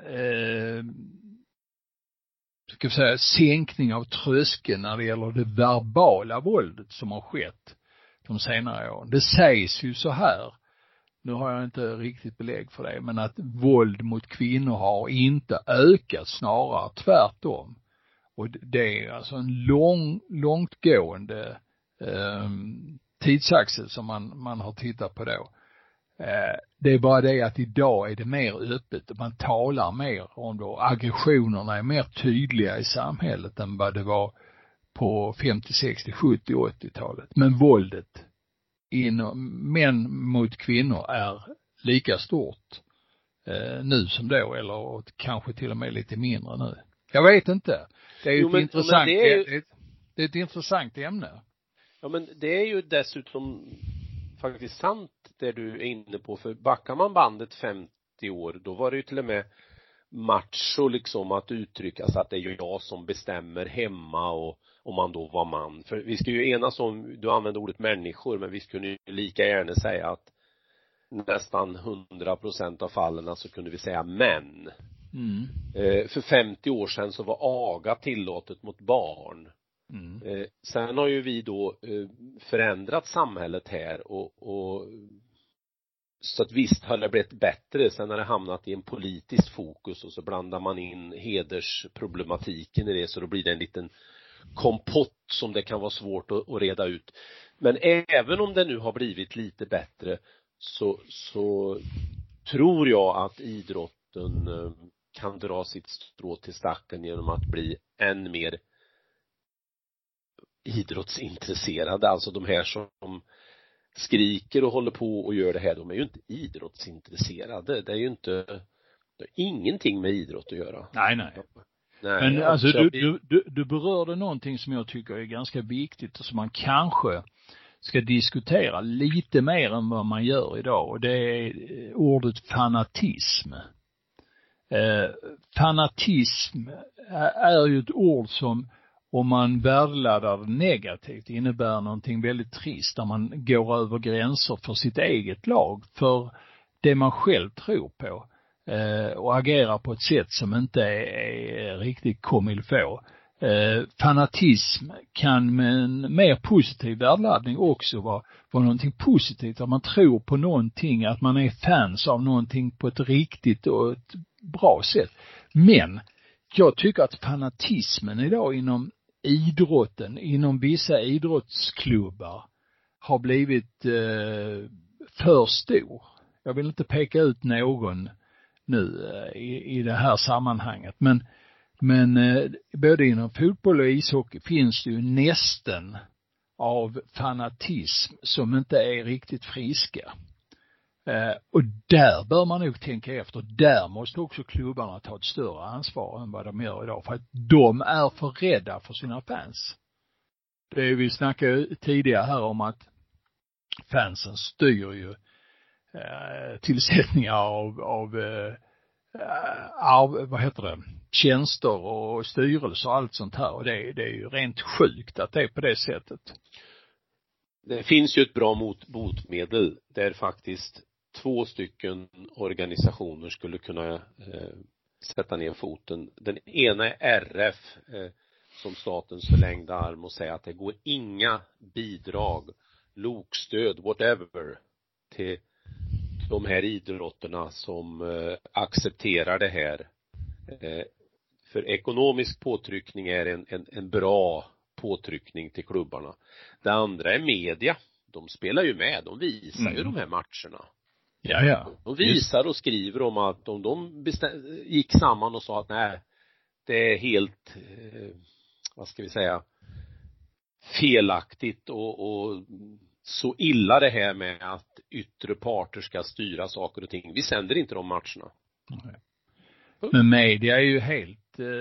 sänkning av tröskeln när det gäller det verbala våldet som har skett de senare åren. Det sägs ju så här, nu har jag inte riktigt belägg för det, men att våld mot kvinnor har inte ökat, snarare tvärtom. Och det är alltså en långtgående tidsaxel som man har tittat på då. Det är bara det att idag är det mer öppet och man talar mer om det. Aggressionerna är mer tydliga i samhället än vad det var på 50, 60, 70, 80-talet. Men våldet män mot kvinnor är lika stort nu som då, eller kanske till och med lite mindre nu. Jag vet inte. Det är ju intressant. Det är ett intressant ämne. Ja, men det är ju dessutom faktiskt sant det du är inne på, för backar man bandet 50 år, då var det ju till och med macho liksom att uttrycka så att det är ju jag som bestämmer hemma och om man då var man. För vi ska ju enas om, du använder ordet människor, men vi skulle ju lika gärna säga att nästan 100% av fallen så kunde vi säga män. För 50 år sedan så var aga tillåtet mot barn. Sen har ju vi då förändrat samhället här och så att visst har det blivit bättre. Sen har det hamnat i en politisk fokus och så blandar man in hedersproblematiken i det, så då blir det en liten kompott som det kan vara svårt att reda ut. Men även om det nu har blivit lite bättre så tror jag att idrotten kan dra sitt strå till stacken genom att bli än mer idrottsintresserade. Alltså de här som skriker och håller på och gör det här, de är ju inte idrottsintresserade. Det är ju inte, det har ingenting med idrott att göra. Nej. Men alltså du berörde någonting som jag tycker är ganska viktigt och som man kanske ska diskutera lite mer än vad man gör idag, och det är ordet fanatism. Fanatism är ju ett ord som, om man värdeladdar negativt, innebär någonting väldigt trist, där man går över gränser för sitt eget lag, för det man själv tror på, och agerar på ett sätt som inte är riktigt comme il faut. Fanatism kan med en mer positiv värdeladdning också vara någonting positivt, att man tror på någonting, att man är fans av någonting på ett riktigt och ett bra sätt. Men jag tycker att fanatismen idag inom idrotten, inom vissa idrottsklubbar, har blivit för stor. Jag vill inte peka ut någon nu i det här sammanhanget, men både inom fotboll och ishockey finns det ju nästan av fanatism som inte är riktigt friska. Och där bör man nog tänka efter. Där måste också klubbarna ta ett större ansvar än vad de gör idag. För att de är för rädda för sina fans. Det vi snackade tidigare här om att fansen styr ju tillsättningar av vad heter det, tjänster och styrelser och allt sånt här. Och det är ju rent sjukt att det är på det sättet. Det finns ju ett bra motmedel där faktiskt 2 stycken organisationer skulle kunna sätta ner foten. Den ena är RF som statens förlängda arm och säga att det går inga bidrag, lokstöd, whatever till de här idrotterna som accepterar det här. För ekonomisk påtryckning är en bra påtryckning till klubbarna. Det andra är media. De spelar ju med, de visar ju de här matcherna. Ja. De visar och skriver om att de gick samman och sa att nej, det är helt vad ska vi säga, felaktigt och så illa det här med att yttre parter ska styra saker och ting. Vi sänder inte de matcherna. Nej. Men media är ju helt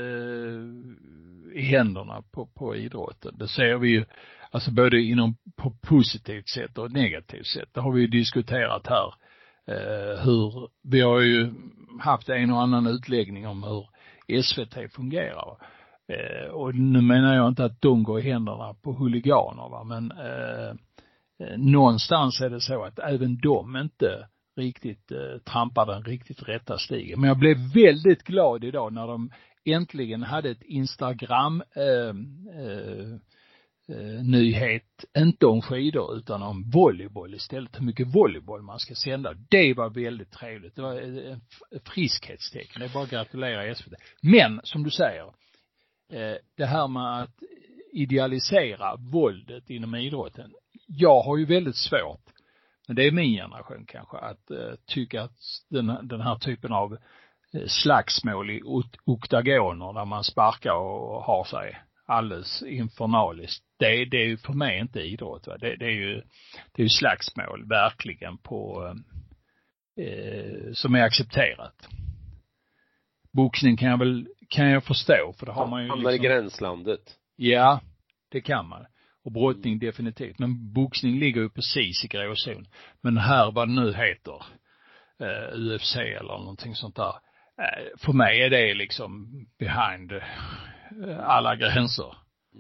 i händerna på idrotten. Det ser vi ju alltså både inom på positivt sätt och negativt sätt. Det har vi ju diskuterat här. Hur vi har ju haft en och annan utläggning om hur SVT fungerar. Och nu menar jag inte att de går i händerna på huliganer, va? Men någonstans är det så att även de inte riktigt trampar den riktigt rätta stigen. Men jag blev väldigt glad idag när de äntligen hade ett Instagram nyhet, inte om skidor utan om volleyboll istället, hur mycket volleyboll man ska sända. Det var väldigt trevligt. Det var en friskhetstecken. Det är bara att gratulera SVT. Men som du säger, det här med att idealisera våldet inom idrotten. Jag har ju väldigt svårt, men det är min generation kanske, att tycka att den här typen av slagsmål i oktagoner där man sparkar och har sig alldeles infernaliskt. Det är ju för mig inte idrott, va? Det är ju slagsmål verkligen på som är accepterat. Boxning kan jag förstå, för det har man ju hamnar i gränslandet. Ja, det kan man. Och brottning definitivt. Men boxning ligger ju precis i gråzon. Men här, vad det nu heter, UFC eller någonting sånt där, För mig är det liksom behind alla gränser.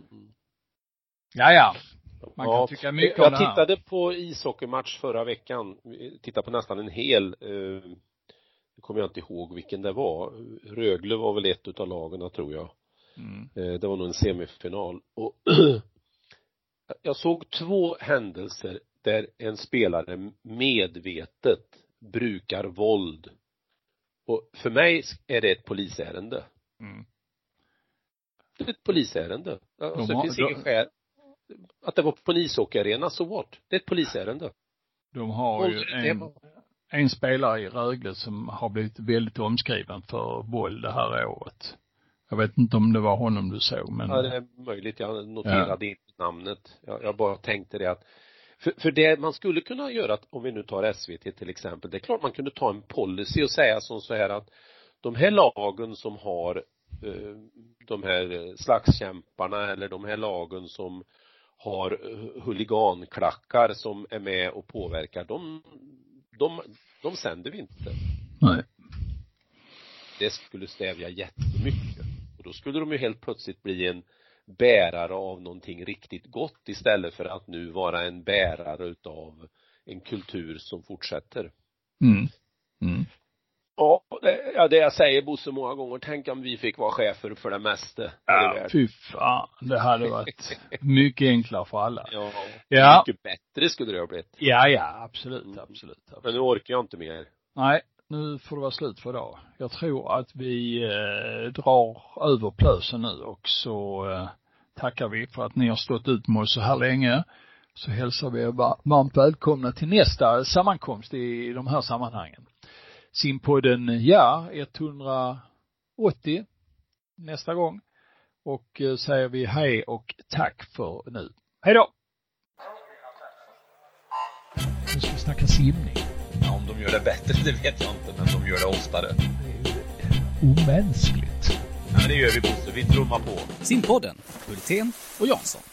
Ja. Man kan tycka mycket om det här. Jag tittade på ishockeymatch förra veckan. Tittade på nästan en hel. Nu kommer jag inte ihåg vilken det var. Rögle var väl ett utav lagen, tror jag. Det var nog en semifinal. Och jag såg 2 händelser där en spelare medvetet brukar våld. Och för mig är det ett polisärende. Det är ett polisärende. Alltså, det finns ingen skäl. Att det var på en ishockeyarena, så what? Det är ett polisärende. De har ju en spelare i Rögle som har blivit väldigt omskriven för våld det här året. Jag vet inte om det var honom du såg, men... Ja, det är möjligt. Jag noterade inte namnet. Jag bara tänkte det att... För det man skulle kunna göra, om vi nu tar SVT till exempel, det är klart man kunde ta en policy och säga som så här att de här lagen som har de här slagskämparna eller de här lagen som har huliganklackar som är med och påverkar, de sänder vi inte. Nej. Det skulle stävja jättemycket. Och då skulle de ju helt plötsligt bli en bärare av någonting riktigt gott istället för att nu vara en bärare utav en kultur som fortsätter. Ja, det jag säger Bosse många gånger, tänk om vi fick vara chefer för det mesta. Ja, fy fan, det hade varit mycket enklare för alla. Ja, mycket bättre skulle det ha blivit. Ja, absolut. Men nu orkar jag inte mer. Nej, nu får det vara slut för idag. Jag tror att vi drar över plösen nu och så tackar vi för att ni har stått ut med oss så här länge. Så hälsar vi varmt välkomna till nästa sammankomst i de här sammanhangen. Simpodden 180 nästa gång. Och säger vi hej och tack för nu. Hej då! Nu ska vi snacka simning. Ja, om de gör det bättre, det vet jag inte, men de gör det oftare. Det är ju omänskligt. Ja, det gör vi, Bosse. Vi trummar på. Simpodden, Hultén och Jansson.